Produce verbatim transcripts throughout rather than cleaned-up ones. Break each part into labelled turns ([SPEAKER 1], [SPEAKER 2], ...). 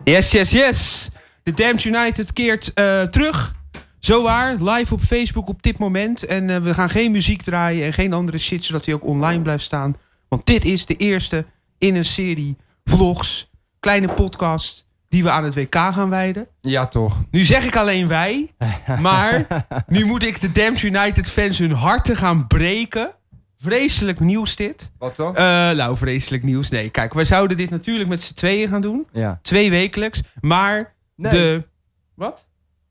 [SPEAKER 1] Yes, yes, yes. De Damned United keert uh, terug. Zo waar, live op Facebook op dit moment. En uh, we gaan geen muziek draaien en geen andere shit, zodat hij ook online blijft staan. Want dit is de eerste in een serie vlogs, kleine podcast, die we aan het W K gaan wijden.
[SPEAKER 2] Ja, toch.
[SPEAKER 1] Nu zeg ik alleen wij, maar nu moet ik de Damned United fans hun harten gaan breken. Vreselijk nieuws dit.
[SPEAKER 2] Wat toch?
[SPEAKER 1] Uh, nou, vreselijk nieuws. Nee, kijk, wij zouden dit natuurlijk met z'n tweeën gaan doen.
[SPEAKER 2] Ja.
[SPEAKER 1] Twee wekelijks. Maar
[SPEAKER 2] nee.
[SPEAKER 1] de... Wat?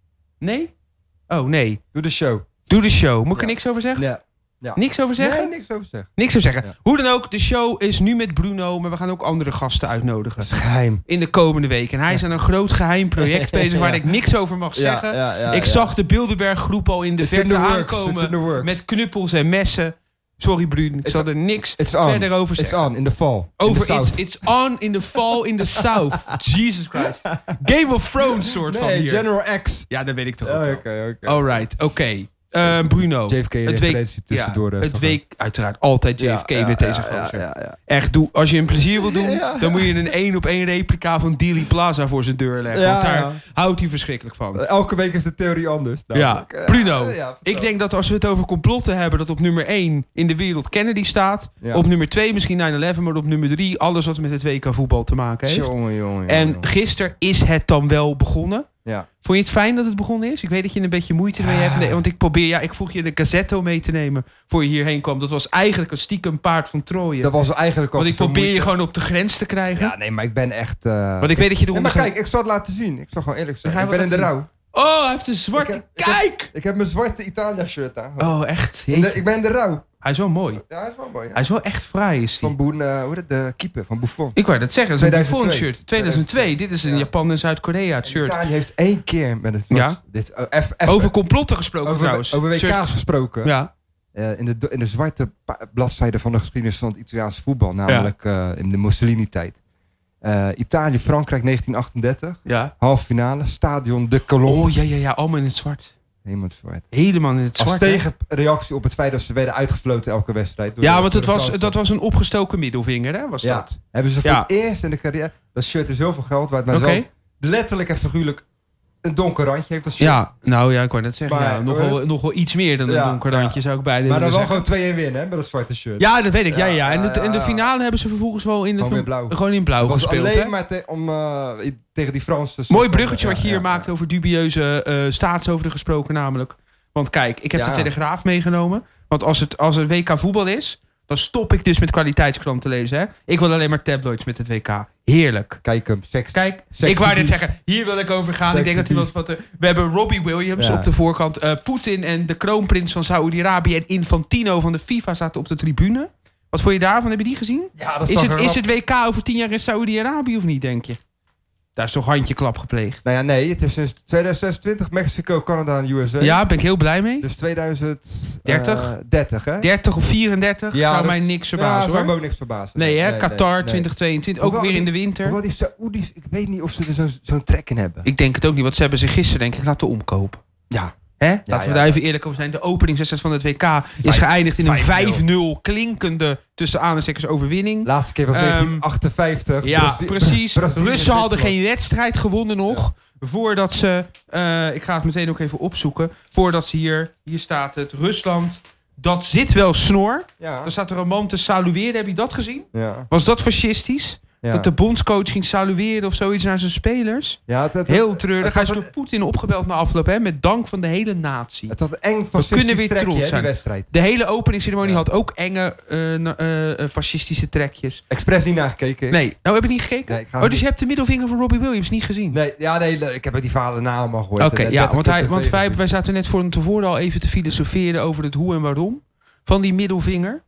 [SPEAKER 1] Nee? Oh, nee.
[SPEAKER 2] Doe de show.
[SPEAKER 1] Doe de show. Moet ik
[SPEAKER 2] ja.
[SPEAKER 1] er niks over zeggen?
[SPEAKER 2] Ja. ja.
[SPEAKER 1] Niks over zeggen?
[SPEAKER 2] Nee, niks over zeggen.
[SPEAKER 1] Niks over zeggen.
[SPEAKER 2] Ja.
[SPEAKER 1] Hoe dan ook, de show is nu met Bruno, maar we gaan ook andere gasten uitnodigen.
[SPEAKER 2] Dat is geheim.
[SPEAKER 1] In de komende week. En hij is aan een groot geheim project bezig waar
[SPEAKER 2] ja.
[SPEAKER 1] ik niks over mag zeggen.
[SPEAKER 2] Ja, ja, ja,
[SPEAKER 1] ik
[SPEAKER 2] ja.
[SPEAKER 1] zag de Bilderberg groep al in de
[SPEAKER 2] It's
[SPEAKER 1] verte
[SPEAKER 2] in the works.
[SPEAKER 1] aankomen met knuppels en messen. Sorry, Bruno. Ik
[SPEAKER 2] It's
[SPEAKER 1] zal er niks
[SPEAKER 2] it's on.
[SPEAKER 1] verder over zeggen.
[SPEAKER 2] It's on in the fall.
[SPEAKER 1] Over
[SPEAKER 2] in the
[SPEAKER 1] it's,
[SPEAKER 2] south.
[SPEAKER 1] it's on in the fall in the south. Jesus Christ. Game of Thrones soort
[SPEAKER 2] nee,
[SPEAKER 1] van hier.
[SPEAKER 2] General X.
[SPEAKER 1] Ja, dat weet ik toch
[SPEAKER 2] Oh,
[SPEAKER 1] ook wel.
[SPEAKER 2] Oké, oké.
[SPEAKER 1] Alright, oké. Okay. Uh, Bruno.
[SPEAKER 2] J F K
[SPEAKER 1] het week,
[SPEAKER 2] tussendoor.
[SPEAKER 1] Ja, het week, uiteraard altijd J F K
[SPEAKER 2] ja, ja,
[SPEAKER 1] met deze
[SPEAKER 2] ja,
[SPEAKER 1] gozer.
[SPEAKER 2] Ja, ja, ja.
[SPEAKER 1] Echt, doe, als je hem plezier wil doen,
[SPEAKER 2] Ja, ja.
[SPEAKER 1] dan moet je een één op één replica van Dealey Plaza voor zijn deur leggen.
[SPEAKER 2] Ja,
[SPEAKER 1] want daar
[SPEAKER 2] ja.
[SPEAKER 1] houdt hij verschrikkelijk van.
[SPEAKER 2] Elke week is de theorie anders.
[SPEAKER 1] Ja,
[SPEAKER 2] Uh,
[SPEAKER 1] Bruno.
[SPEAKER 2] ja,
[SPEAKER 1] ik denk dat als we het over complotten hebben, dat op nummer één in de wereld Kennedy staat.
[SPEAKER 2] Ja.
[SPEAKER 1] Op nummer twee misschien nine eleven, maar op nummer drie alles wat met het W K voetbal te maken heeft.
[SPEAKER 2] Jongen, jongen,
[SPEAKER 1] En
[SPEAKER 2] jongen.
[SPEAKER 1] gisteren is het dan wel begonnen.
[SPEAKER 2] Ja.
[SPEAKER 1] Vond je het fijn dat het begonnen is? Ik weet dat je een beetje moeite mee hebt. Nee, want ik probeer, ja, ik vroeg je de Gazzetto mee te nemen voor je hierheen kwam. Dat was eigenlijk een stiekem paard van Troje.
[SPEAKER 2] Dat was eigenlijk al
[SPEAKER 1] Want ik
[SPEAKER 2] veel
[SPEAKER 1] probeer je
[SPEAKER 2] moeite.
[SPEAKER 1] gewoon op de grens te krijgen.
[SPEAKER 2] Ja, nee, maar ik ben echt... Uh...
[SPEAKER 1] Want ik weet dat je
[SPEAKER 2] Nee,
[SPEAKER 1] eronder
[SPEAKER 2] maar
[SPEAKER 1] gaat-
[SPEAKER 2] kijk, ik zal het laten zien. Ik zal gewoon eerlijk zijn.
[SPEAKER 1] Ga je
[SPEAKER 2] Ik ben
[SPEAKER 1] wat
[SPEAKER 2] in de
[SPEAKER 1] laten
[SPEAKER 2] rouw.
[SPEAKER 1] Oh, hij heeft een zwarte...
[SPEAKER 2] Ik heb- ik heb-
[SPEAKER 1] Kijk!
[SPEAKER 2] Ik heb mijn zwarte Italia shirt aan.
[SPEAKER 1] Oh, echt?
[SPEAKER 2] In de, ik ben in de rouw.
[SPEAKER 1] Hij is wel mooi.
[SPEAKER 2] Ja, hij is wel mooi. Ja.
[SPEAKER 1] Hij is wel echt fraai, is
[SPEAKER 2] Van
[SPEAKER 1] hij.
[SPEAKER 2] Boen, uh, hoe heet het? De keeper van Buffon.
[SPEAKER 1] Ik wou dat zeggen, dat is een
[SPEAKER 2] tweeduizend twee.
[SPEAKER 1] Buffon shirt. tweeduizend twee, dit is een
[SPEAKER 2] Ja.
[SPEAKER 1] Japan en Zuid-Korea het
[SPEAKER 2] En
[SPEAKER 1] shirt.
[SPEAKER 2] Italië heeft één keer met het...
[SPEAKER 1] Ja.
[SPEAKER 2] Dit, uh, F, F,
[SPEAKER 1] Over complotten gesproken
[SPEAKER 2] over,
[SPEAKER 1] trouwens.
[SPEAKER 2] over W K's
[SPEAKER 1] Shirt-
[SPEAKER 2] gesproken.
[SPEAKER 1] Ja.
[SPEAKER 2] Uh, in, de, in de zwarte pa- bladzijde van de geschiedenis van het Italiaans voetbal. Namelijk uh, in de Mussolini-tijd. Uh, Italië, Frankrijk negentien achtendertig.
[SPEAKER 1] Ja.
[SPEAKER 2] Halve finale. Stadion de Colombe.
[SPEAKER 1] Oh, ja, ja, ja. Allemaal in het zwart.
[SPEAKER 2] Helemaal zwart.
[SPEAKER 1] Helemaal in het
[SPEAKER 2] Als
[SPEAKER 1] zwart. hè?
[SPEAKER 2] tegenreactie op het feit dat ze werden uitgefloten elke wedstrijd. door
[SPEAKER 1] Ja,
[SPEAKER 2] de-
[SPEAKER 1] want het
[SPEAKER 2] door de
[SPEAKER 1] was,
[SPEAKER 2] Fransen.
[SPEAKER 1] dat was een opgestoken middelvinger, hè? Was
[SPEAKER 2] Ja.
[SPEAKER 1] dat?
[SPEAKER 2] Hebben ze voor
[SPEAKER 1] Ja.
[SPEAKER 2] het eerst in de carrière... Dat shirt is zoveel geld waard. Maar
[SPEAKER 1] Oké.
[SPEAKER 2] zo letterlijk en figuurlijk een donker randje heeft dat shirt.
[SPEAKER 1] Ja, nou ja, ik wou net zeggen.
[SPEAKER 2] Maar,
[SPEAKER 1] ja, nog, wel, nog wel iets meer dan een
[SPEAKER 2] Ja,
[SPEAKER 1] donker randje,
[SPEAKER 2] ja.
[SPEAKER 1] zou ik bijna
[SPEAKER 2] Maar dan
[SPEAKER 1] willen
[SPEAKER 2] wel
[SPEAKER 1] zeggen.
[SPEAKER 2] gewoon twee in winnen, hè, met dat zwarte shirt.
[SPEAKER 1] Ja, dat weet ik. Ja,
[SPEAKER 2] Ja,
[SPEAKER 1] ja. En,
[SPEAKER 2] ja,
[SPEAKER 1] de, en de
[SPEAKER 2] ja.
[SPEAKER 1] finale hebben ze vervolgens wel in de,
[SPEAKER 2] Gewoon weer blauw.
[SPEAKER 1] gewoon in blauw
[SPEAKER 2] Het was
[SPEAKER 1] gespeeld.
[SPEAKER 2] alleen
[SPEAKER 1] Hè?
[SPEAKER 2] maar te- om, uh, tegen die Fransen...
[SPEAKER 1] Mooi bruggetje wat je hier
[SPEAKER 2] Ja,
[SPEAKER 1] maakt
[SPEAKER 2] ja.
[SPEAKER 1] over dubieuze uh, staatshoofden gesproken namelijk. Want kijk, ik heb
[SPEAKER 2] Ja.
[SPEAKER 1] de Telegraaf meegenomen. Want als het, als het W K voetbal is, dan stop ik dus met kwaliteitskranten lezen. Hè? Ik wil alleen maar tabloids met het W K. Heerlijk.
[SPEAKER 2] Kijk hem, seks.
[SPEAKER 1] Kijk,
[SPEAKER 2] sexy
[SPEAKER 1] ik wou net
[SPEAKER 2] beast.
[SPEAKER 1] zeggen, hier wil ik over gaan. Ik denk dat
[SPEAKER 2] Sexy
[SPEAKER 1] iemand wat er, we hebben Robbie Williams
[SPEAKER 2] Ja.
[SPEAKER 1] op de voorkant. Uh, Poetin en de kroonprins van Saoedi-Arabië en Infantino van de FIFA zaten op de tribune. Wat vond je daarvan? Heb je die gezien?
[SPEAKER 2] Ja, dat
[SPEAKER 1] Is
[SPEAKER 2] zag
[SPEAKER 1] het,
[SPEAKER 2] er
[SPEAKER 1] is
[SPEAKER 2] wel-
[SPEAKER 1] het W K over tien jaar in Saoedi-Arabië of niet, denk je? Daar is toch handjeklap gepleegd?
[SPEAKER 2] Nou ja, nee, het is sinds tweeduizend zesentwintig Mexico, Canada en U S A.
[SPEAKER 1] Ja, ben ik heel blij mee.
[SPEAKER 2] Dus tweeduizend
[SPEAKER 1] dertig?
[SPEAKER 2] dertig, hè?
[SPEAKER 1] dertig of vierendertig
[SPEAKER 2] Ja,
[SPEAKER 1] zou
[SPEAKER 2] dat-
[SPEAKER 1] mij niks
[SPEAKER 2] Ja,
[SPEAKER 1] verbazen,
[SPEAKER 2] zou me
[SPEAKER 1] hoor.
[SPEAKER 2] ook niks verbazen.
[SPEAKER 1] Nee, hè?
[SPEAKER 2] nee,
[SPEAKER 1] Qatar
[SPEAKER 2] nee.
[SPEAKER 1] twintig tweeëntwintig, ook
[SPEAKER 2] Hoewel
[SPEAKER 1] weer in de
[SPEAKER 2] die-
[SPEAKER 1] winter.
[SPEAKER 2] Hoewel die Saoedi's, ik weet niet of ze er zo'n zo'n trek in hebben.
[SPEAKER 1] Ik denk het ook niet, want ze hebben zich gisteren denk ik laten omkopen.
[SPEAKER 2] Ja.
[SPEAKER 1] Hè? Laten we
[SPEAKER 2] ja,
[SPEAKER 1] daar
[SPEAKER 2] ja.
[SPEAKER 1] even eerlijk over zijn. De openingswedstrijd van het W K is geëindigd in een
[SPEAKER 2] vijf nul.
[SPEAKER 1] vijf nul klinkende tussen aanhalingstekens overwinning.
[SPEAKER 2] Laatste keer was
[SPEAKER 1] Ehm,
[SPEAKER 2] negentien achtenvijftig.
[SPEAKER 1] Ja,
[SPEAKER 2] Brazi-
[SPEAKER 1] precies.
[SPEAKER 2] Brazilië
[SPEAKER 1] Russen
[SPEAKER 2] en
[SPEAKER 1] hadden
[SPEAKER 2] Zwitserland.
[SPEAKER 1] geen wedstrijd gewonnen nog. Voordat ze... eh, ik ga het meteen ook even opzoeken. Voordat ze hier... Hier staat het. Rusland. Dat zit wel snor.
[SPEAKER 2] Ja.
[SPEAKER 1] Dan staat er een man te salueren. Heb je dat gezien?
[SPEAKER 2] Ja.
[SPEAKER 1] Was dat fascistisch?
[SPEAKER 2] Ja.
[SPEAKER 1] Dat de bondscoach ging salueren of zoiets naar zijn spelers?
[SPEAKER 2] Ja, het, het,
[SPEAKER 1] Heel treurig.
[SPEAKER 2] het
[SPEAKER 1] Hij is
[SPEAKER 2] had
[SPEAKER 1] door
[SPEAKER 2] een-
[SPEAKER 1] Poetin opgebeld na afloop. Hè, met dank van de hele natie.
[SPEAKER 2] Het had een eng
[SPEAKER 1] kunnen
[SPEAKER 2] fascistisch
[SPEAKER 1] weer
[SPEAKER 2] trekje,
[SPEAKER 1] trots
[SPEAKER 2] hè,
[SPEAKER 1] zijn.
[SPEAKER 2] die wedstrijd.
[SPEAKER 1] De hele openingsceremonie
[SPEAKER 2] Ja.
[SPEAKER 1] had ook enge eh, na- eh, eh, fascistische trekjes.
[SPEAKER 2] Expres niet nagekeken.
[SPEAKER 1] Nee, nou heb je niet gekeken?
[SPEAKER 2] Nee, ik ga
[SPEAKER 1] oh,
[SPEAKER 2] hem
[SPEAKER 1] dus je
[SPEAKER 2] niet-
[SPEAKER 1] hebt de middelvinger van Robbie Williams niet gezien?
[SPEAKER 2] Nee, ja, nee, ik heb die verhalen na allemaal gehoord.
[SPEAKER 1] Oké,
[SPEAKER 2] En, eh,
[SPEAKER 1] ja,
[SPEAKER 2] dertig
[SPEAKER 1] want,
[SPEAKER 2] keer
[SPEAKER 1] hij,
[SPEAKER 2] per
[SPEAKER 1] want wij,
[SPEAKER 2] tweede.
[SPEAKER 1] wij zaten net voor tevoren al even te filosoferen over het hoe en waarom van die middelvinger.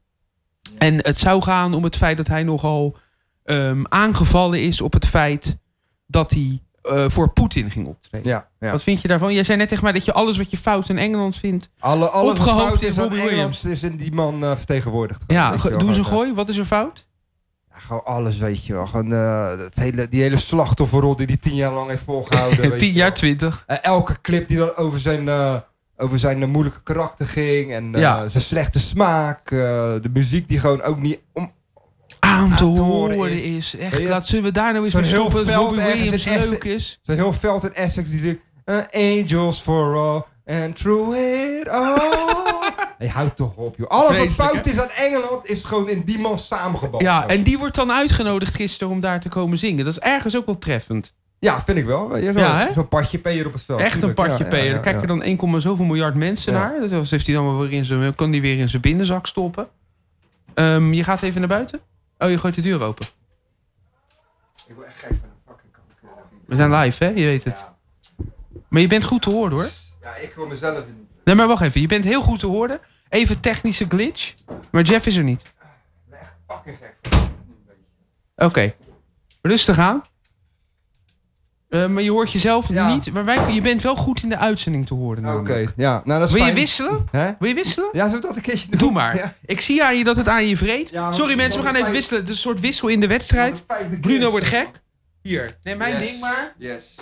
[SPEAKER 1] En het zou gaan om het feit dat hij nogal um, aangevallen is op het feit dat hij uh, voor Poetin ging optreden.
[SPEAKER 2] Ja, ja.
[SPEAKER 1] Wat vind je daarvan? Jij zei net tegen mij dat je alles wat je fout in Engeland vindt...
[SPEAKER 2] Alle, alles wat
[SPEAKER 1] opgehoopt
[SPEAKER 2] fout
[SPEAKER 1] in
[SPEAKER 2] is aan
[SPEAKER 1] Robbie
[SPEAKER 2] Engeland
[SPEAKER 1] Williams.
[SPEAKER 2] is in die man uh, vertegenwoordigd.
[SPEAKER 1] Ja,
[SPEAKER 2] Weet je wel,
[SPEAKER 1] doe eens een
[SPEAKER 2] gewoon,
[SPEAKER 1] gooi. Wat is er fout?
[SPEAKER 2] Ja, gewoon alles, weet je wel. Gewoon, uh, het hele, die hele slachtofferrol die hij tien jaar lang heeft volgehouden. weet
[SPEAKER 1] Tien
[SPEAKER 2] je
[SPEAKER 1] jaar,
[SPEAKER 2] wel.
[SPEAKER 1] twintig.
[SPEAKER 2] Uh, elke clip die dan over zijn, uh, over zijn uh, moeilijke karakter ging. En uh,
[SPEAKER 1] Ja.
[SPEAKER 2] zijn slechte smaak. Uh, de muziek die gewoon ook niet... Om,
[SPEAKER 1] aan te
[SPEAKER 2] aan te
[SPEAKER 1] horen
[SPEAKER 2] horen
[SPEAKER 1] is.
[SPEAKER 2] is.
[SPEAKER 1] Echt,
[SPEAKER 2] Ja.
[SPEAKER 1] laat, zullen we daar nou eens
[SPEAKER 2] Zo'n
[SPEAKER 1] mee
[SPEAKER 2] heel
[SPEAKER 1] stoppen? Dat
[SPEAKER 2] veld
[SPEAKER 1] Robbie
[SPEAKER 2] ergens
[SPEAKER 1] Williams
[SPEAKER 2] in Essex.
[SPEAKER 1] leuk is.
[SPEAKER 2] Zo'n heel veld in Essex die zegt... Uh, angels for all and through it all. Hey, houd toch op, joh. Alles wat
[SPEAKER 1] Vreselijk,
[SPEAKER 2] fout
[SPEAKER 1] hè?
[SPEAKER 2] is aan Engeland is gewoon in die man samengebald.
[SPEAKER 1] Ja, en die wordt dan uitgenodigd gisteren om daar te komen zingen. Dat is ergens ook wel treffend.
[SPEAKER 2] Ja, vind ik wel. Ja, zo,
[SPEAKER 1] Ja, hè?
[SPEAKER 2] Zo'n padje peer op het veld.
[SPEAKER 1] Echt een
[SPEAKER 2] tuurlijk.
[SPEAKER 1] partje
[SPEAKER 2] Ja,
[SPEAKER 1] peer.
[SPEAKER 2] ja,
[SPEAKER 1] Daar
[SPEAKER 2] ja,
[SPEAKER 1] kijken
[SPEAKER 2] ja.
[SPEAKER 1] dan één komma zoveel miljard mensen
[SPEAKER 2] Ja.
[SPEAKER 1] naar. Dus heeft hij dan wel weer in zijn, kan die weer in zijn binnenzak stoppen. Um, je gaat even naar buiten? Oh, je gooit de deur open.
[SPEAKER 2] Ik word echt gek van de fucking kanker.
[SPEAKER 1] We zijn live, hè? Je weet het.
[SPEAKER 2] Ja.
[SPEAKER 1] Maar je bent goed te horen, hoor.
[SPEAKER 2] Ja, ik wil mezelf in.
[SPEAKER 1] Nee, maar wacht even. Je bent heel goed te horen. Even technische glitch. Maar Jeff is er niet.
[SPEAKER 2] Ik ben echt fucking gek van.
[SPEAKER 1] Oké. Okay. Rustig aan. Uh, maar je hoort jezelf
[SPEAKER 2] Ja.
[SPEAKER 1] niet. Maar wij, je bent wel goed in de uitzending te horen.
[SPEAKER 2] Oké,
[SPEAKER 1] namelijk.
[SPEAKER 2] ja. Nou, dat is
[SPEAKER 1] Wil je
[SPEAKER 2] fijn.
[SPEAKER 1] wisselen?
[SPEAKER 2] Hè?
[SPEAKER 1] Wil je wisselen?
[SPEAKER 2] Ja, zullen we dat een keertje doen?
[SPEAKER 1] Doe maar.
[SPEAKER 2] Ja.
[SPEAKER 1] Ik zie aan je dat het aan je vreet.
[SPEAKER 2] Ja, want-
[SPEAKER 1] Sorry mensen, we gaan
[SPEAKER 2] want
[SPEAKER 1] even
[SPEAKER 2] fijn-
[SPEAKER 1] wisselen. Het is een soort wissel in de wedstrijd.
[SPEAKER 2] Ja, dat is fijn, de
[SPEAKER 1] Bruno
[SPEAKER 2] keer.
[SPEAKER 1] wordt gek. Hier, neem mijn
[SPEAKER 2] Yes.
[SPEAKER 1] ding maar.
[SPEAKER 2] Yes.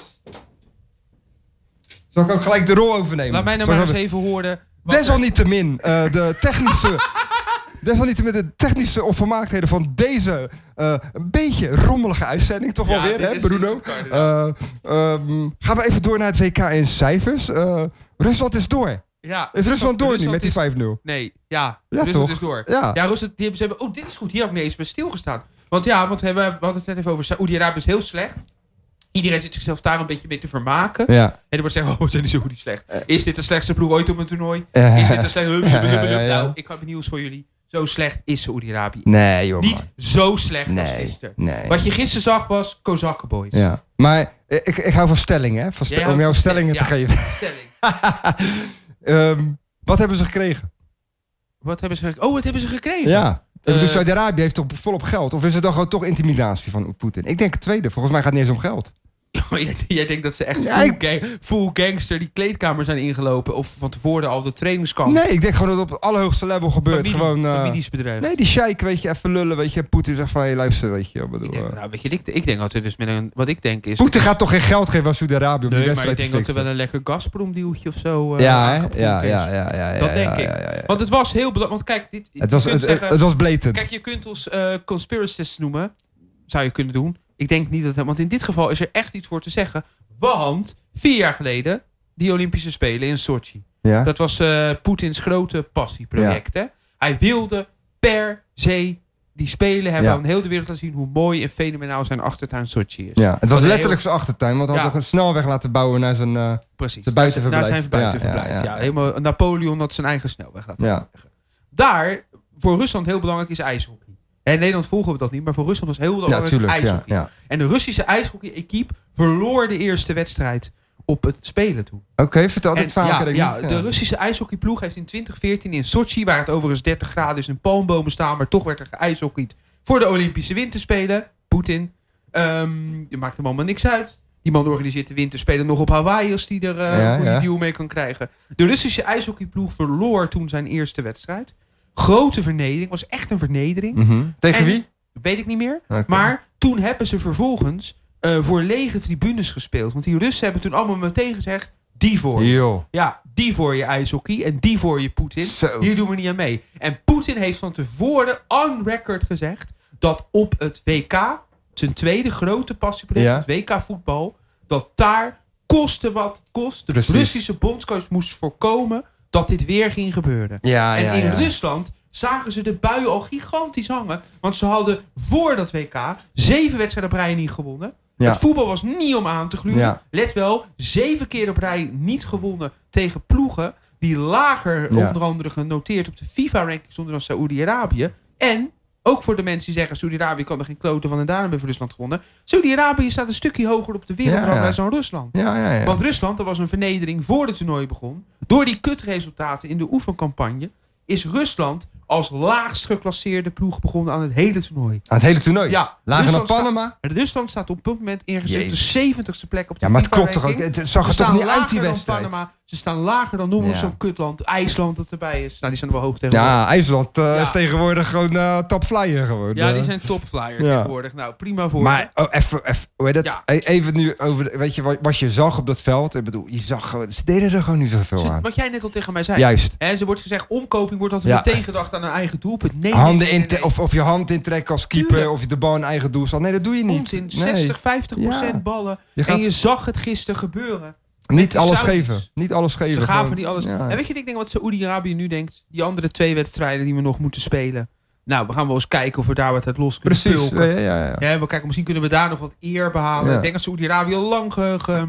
[SPEAKER 2] Zal ik ook gelijk de rol overnemen?
[SPEAKER 1] Laat mij nou
[SPEAKER 2] Zal
[SPEAKER 1] maar
[SPEAKER 2] ik
[SPEAKER 1] eens
[SPEAKER 2] even-
[SPEAKER 1] even horen. wat er-
[SPEAKER 2] Desalniettemin, uh, de technische... desalniettemin de technische onvermaaktheden van deze uh, een beetje rommelige uitzending. Toch
[SPEAKER 1] Ja,
[SPEAKER 2] wel weer,
[SPEAKER 1] dit
[SPEAKER 2] hè,
[SPEAKER 1] is-
[SPEAKER 2] Bruno?
[SPEAKER 1] dit is hard,
[SPEAKER 2] Uh, um, gaan we even door naar het W K in cijfers. Uh, Rusland is door.
[SPEAKER 1] Ja,
[SPEAKER 2] Is Rusland door nu met die
[SPEAKER 1] is-
[SPEAKER 2] vijf nul?
[SPEAKER 1] Nee, ja.
[SPEAKER 2] Ja,
[SPEAKER 1] Rusland
[SPEAKER 2] toch?
[SPEAKER 1] is door.
[SPEAKER 2] Ja.
[SPEAKER 1] Ja, Rusland, die hebben, ze hebben... Oh, dit is goed. Hier had ik niet eens bij stilgestaan. Want ja, want we, hebben, we hadden het net even over... Saoedi-Arabië is heel slecht. Iedereen zit zichzelf daar een beetje mee te vermaken.
[SPEAKER 2] Ja.
[SPEAKER 1] En er wordt zeggen, oh, zijn die zo niet slecht. Is dit de slechtste ploeg ooit op een toernooi?
[SPEAKER 2] Ja.
[SPEAKER 1] Is dit de slechtste...
[SPEAKER 2] Ja, ja, ja, ja.
[SPEAKER 1] Nou, ik heb nieuws voor jullie. Zo slecht is Saoedi-Arabië.
[SPEAKER 2] Nee, joh.
[SPEAKER 1] Niet zo slecht als
[SPEAKER 2] Nee,
[SPEAKER 1] gisteren.
[SPEAKER 2] nee.
[SPEAKER 1] Wat je gisteren zag was Kozakkenboys.
[SPEAKER 2] Ja. Maar ik, ik hou van stellingen, hè? Van ste-
[SPEAKER 1] Jij
[SPEAKER 2] om
[SPEAKER 1] houdt
[SPEAKER 2] jouw
[SPEAKER 1] van
[SPEAKER 2] stellingen te
[SPEAKER 1] stelling,
[SPEAKER 2] geven.
[SPEAKER 1] Stelling.
[SPEAKER 2] um, wat hebben ze gekregen?
[SPEAKER 1] Wat hebben ze gekregen? Oh, wat hebben ze gekregen?
[SPEAKER 2] Ja.
[SPEAKER 1] Eh,
[SPEAKER 2] dus Saudi-Arabië heeft toch volop geld? Of is het dan gewoon toch intimidatie van Poetin? Ik denk het tweede. Volgens mij gaat het niet eens om geld.
[SPEAKER 1] jij, jij denkt dat ze echt
[SPEAKER 2] Ja,
[SPEAKER 1] full,
[SPEAKER 2] ik-
[SPEAKER 1] gang, full gangster die kleedkamer zijn ingelopen. Of van tevoren al de trainingskamp.
[SPEAKER 2] Nee, ik denk gewoon dat het op het allerhoogste level gebeurt.
[SPEAKER 1] Familie,
[SPEAKER 2] gewoon, uh,
[SPEAKER 1] familiesbedrijf.
[SPEAKER 2] nee, die sheik, weet je, even lullen, weet je. Poetin zegt van, hé, luister, weet je. Ik bedoel,
[SPEAKER 1] Ik denk,
[SPEAKER 2] uh,
[SPEAKER 1] nou, weet je, ik, ik denk dat er dus met een... Wat ik denk is...
[SPEAKER 2] Poetin gaat toch geen geld geven aan Saudi-Arabië om die
[SPEAKER 1] Nee, maar ik
[SPEAKER 2] wedstrijd te
[SPEAKER 1] denk dat er
[SPEAKER 2] fixen?
[SPEAKER 1] wel een lekker Gazprom-dealtje of zo... uh,
[SPEAKER 2] Ja, hè?
[SPEAKER 1] aangepronken
[SPEAKER 2] Ja,
[SPEAKER 1] is.
[SPEAKER 2] ja, ja, ja, ja.
[SPEAKER 1] Dat
[SPEAKER 2] ja,
[SPEAKER 1] denk
[SPEAKER 2] ja,
[SPEAKER 1] ik.
[SPEAKER 2] ja, ja, ja.
[SPEAKER 1] Want het was heel belangrijk. Want kijk, dit,
[SPEAKER 2] Het was,
[SPEAKER 1] je kunt
[SPEAKER 2] het,
[SPEAKER 1] zeggen...
[SPEAKER 2] het was blatant.
[SPEAKER 1] Kijk, je kunt ons uh, conspiracists noemen. Zou je kunnen doen. Ik denk niet dat... Want in dit geval is er echt iets voor te zeggen. Want vier jaar geleden... Die Olympische Spelen in Sochi.
[SPEAKER 2] ja?
[SPEAKER 1] Dat was uh, Poetins grote passieproject. Hè? Hij wilde per se die Spelen hebben
[SPEAKER 2] Ja.
[SPEAKER 1] aan heel de wereld laten zien hoe mooi en fenomenaal zijn achtertuin Sochi is.
[SPEAKER 2] Ja, het was
[SPEAKER 1] een
[SPEAKER 2] letterlijk
[SPEAKER 1] heel-
[SPEAKER 2] zijn achtertuin, want hij had
[SPEAKER 1] Ja.
[SPEAKER 2] nog een snelweg laten bouwen naar zijn... uh,
[SPEAKER 1] Precies.
[SPEAKER 2] Zijn buitenverblijf.
[SPEAKER 1] Naar zijn buitenverblijf.
[SPEAKER 2] Ja,
[SPEAKER 1] Ja,
[SPEAKER 2] ja, ja.
[SPEAKER 1] helemaal, Napoleon had zijn eigen snelweg laten
[SPEAKER 2] Ja.
[SPEAKER 1] aanleggen. Daar, voor Rusland heel belangrijk is ijshockey. En in Nederland volgen we dat niet, maar voor Rusland was heel
[SPEAKER 2] ja,
[SPEAKER 1] belangrijk
[SPEAKER 2] tuurlijk. Ja,
[SPEAKER 1] ijshockey.
[SPEAKER 2] ja.
[SPEAKER 1] En de Russische ijshockey-equipe verloor de eerste wedstrijd op het Spelen toe.
[SPEAKER 2] Oké, vertel
[SPEAKER 1] En
[SPEAKER 2] dit verhaal.
[SPEAKER 1] ja,
[SPEAKER 2] ken ik
[SPEAKER 1] ja,
[SPEAKER 2] niet.
[SPEAKER 1] de Russische ijshockeyploeg heeft in twintig veertien in Sochi, waar het overigens dertig graden is en palmbomen staan, maar toch werd er geijshockeyd voor de Olympische Winterspelen. Poetin. Um, je maakt hem allemaal niks uit. Die man organiseert de Winterspelen nog op Hawaii als die er uh,
[SPEAKER 2] Ja,
[SPEAKER 1] goede
[SPEAKER 2] ja.
[SPEAKER 1] deal mee kan krijgen. De Russische ijshockeyploeg verloor toen zijn eerste wedstrijd. Grote vernedering, was echt een vernedering.
[SPEAKER 2] Mhm. Tegen
[SPEAKER 1] En-
[SPEAKER 2] wie?
[SPEAKER 1] Weet ik niet meer.
[SPEAKER 2] Oké.
[SPEAKER 1] Maar toen hebben ze vervolgens uh, voor lege tribunes gespeeld. Want die Russen hebben toen allemaal meteen gezegd, die voor je.
[SPEAKER 2] Yo.
[SPEAKER 1] Ja, die voor je ijshockey en die voor je Poetin.
[SPEAKER 2] Zo.
[SPEAKER 1] Hier doen we niet aan mee. En Poetin heeft van tevoren on record gezegd dat op het W K, zijn tweede grote passieproject,
[SPEAKER 2] Ja.
[SPEAKER 1] het W K voetbal, dat daar koste wat kost. De
[SPEAKER 2] Precies.
[SPEAKER 1] Russische bondscoach moest voorkomen dat dit weer ging gebeuren.
[SPEAKER 2] Ja,
[SPEAKER 1] En
[SPEAKER 2] ja,
[SPEAKER 1] in
[SPEAKER 2] ja.
[SPEAKER 1] Rusland zagen ze de buien al gigantisch hangen. Want ze hadden voor dat W K zeven wedstrijden op rij niet gewonnen.
[SPEAKER 2] Ja.
[SPEAKER 1] Het voetbal was niet om aan te gluren.
[SPEAKER 2] Ja.
[SPEAKER 1] Let wel, zeven keer op rij niet gewonnen tegen ploegen die lager
[SPEAKER 2] Ja.
[SPEAKER 1] onder andere genoteerd op de FIFA-ranking stonden dan Saoedi-Arabië. En, ook voor de mensen die zeggen Saoedi-Arabië kan er geen kloten van en daarom hebben we Rusland gewonnen. Saoedi-Arabië staat een stukje hoger op de wereldranglijst
[SPEAKER 2] Ja, ja.
[SPEAKER 1] dan Rusland.
[SPEAKER 2] Ja, ja, ja.
[SPEAKER 1] Want Rusland, dat was een vernedering voor het toernooi begon. Door die kutresultaten in de oefencampagne is Rusland als laagst geclasseerde ploeg begonnen aan het hele toernooi.
[SPEAKER 2] Aan het hele toernooi?
[SPEAKER 1] Ja,
[SPEAKER 2] Lager dan
[SPEAKER 1] Rusland sta-
[SPEAKER 2] Panama?
[SPEAKER 1] Rusland staat op dit moment ingezet op de
[SPEAKER 2] Jezus.
[SPEAKER 1] zeventigste plek op de
[SPEAKER 2] Ja, maar het klopt toch ook.
[SPEAKER 1] FIFA-ranking.
[SPEAKER 2] Het zag
[SPEAKER 1] Ze
[SPEAKER 2] er toch
[SPEAKER 1] staan
[SPEAKER 2] niet uit, die
[SPEAKER 1] lager dan
[SPEAKER 2] wedstrijd?
[SPEAKER 1] Panama. Ze staan lager dan noem
[SPEAKER 2] Ja.
[SPEAKER 1] zo'n kutland. IJsland dat erbij is. Nou, die zijn er wel hoog tegen.
[SPEAKER 2] Ja, IJsland uh,
[SPEAKER 1] Ja.
[SPEAKER 2] is tegenwoordig gewoon uh, top flyer gewoon.
[SPEAKER 1] Ja,
[SPEAKER 2] Uh,
[SPEAKER 1] die zijn topflyers
[SPEAKER 2] Ja.
[SPEAKER 1] tegenwoordig. Nou, prima voor
[SPEAKER 2] Maar oh, even, even, hoe heet dat?
[SPEAKER 1] Ja.
[SPEAKER 2] E- Even nu over, de- weet je wat, wat je zag op dat veld? Ik bedoel, je zag gewoon, ze deden er gewoon niet zoveel
[SPEAKER 1] ze.
[SPEAKER 2] aan.
[SPEAKER 1] Wat jij net al tegen mij zei.
[SPEAKER 2] Juist.
[SPEAKER 1] Hè, ze wordt gezegd, omkoping wordt altijd
[SPEAKER 2] Ja.
[SPEAKER 1] meteen gedacht dacht aan een eigen doelpunt. Nee,
[SPEAKER 2] Handen
[SPEAKER 1] nee, nee,
[SPEAKER 2] in
[SPEAKER 1] nee, nee.
[SPEAKER 2] Of, of je hand intrekken als keeper.
[SPEAKER 1] Tuurlijk.
[SPEAKER 2] Of je de bal in eigen doel staat. Nee, dat doe je niet.
[SPEAKER 1] Onzin,
[SPEAKER 2] Nee.
[SPEAKER 1] zestig, vijftig procent
[SPEAKER 2] Ja.
[SPEAKER 1] ballen.
[SPEAKER 2] Je gaat
[SPEAKER 1] En je zag het gisteren gebeuren.
[SPEAKER 2] niet
[SPEAKER 1] de
[SPEAKER 2] alles
[SPEAKER 1] Saudis.
[SPEAKER 2] geven. Niet alles geven.
[SPEAKER 1] Ze gaven
[SPEAKER 2] gewoon-
[SPEAKER 1] niet alles.
[SPEAKER 2] Ja.
[SPEAKER 1] En weet je, ik denk wat Saoedi-Arabië nu denkt. Die andere twee wedstrijden die we nog moeten spelen. Nou, we gaan wel eens kijken of we daar wat uit los kunnen
[SPEAKER 2] Precies.
[SPEAKER 1] pulken.
[SPEAKER 2] Ja, ja, ja.
[SPEAKER 1] Ja, we kijken, misschien kunnen we daar nog wat eer behalen.
[SPEAKER 2] Ja.
[SPEAKER 1] Ik denk dat Saoedi-Arabië al lang ge, ge,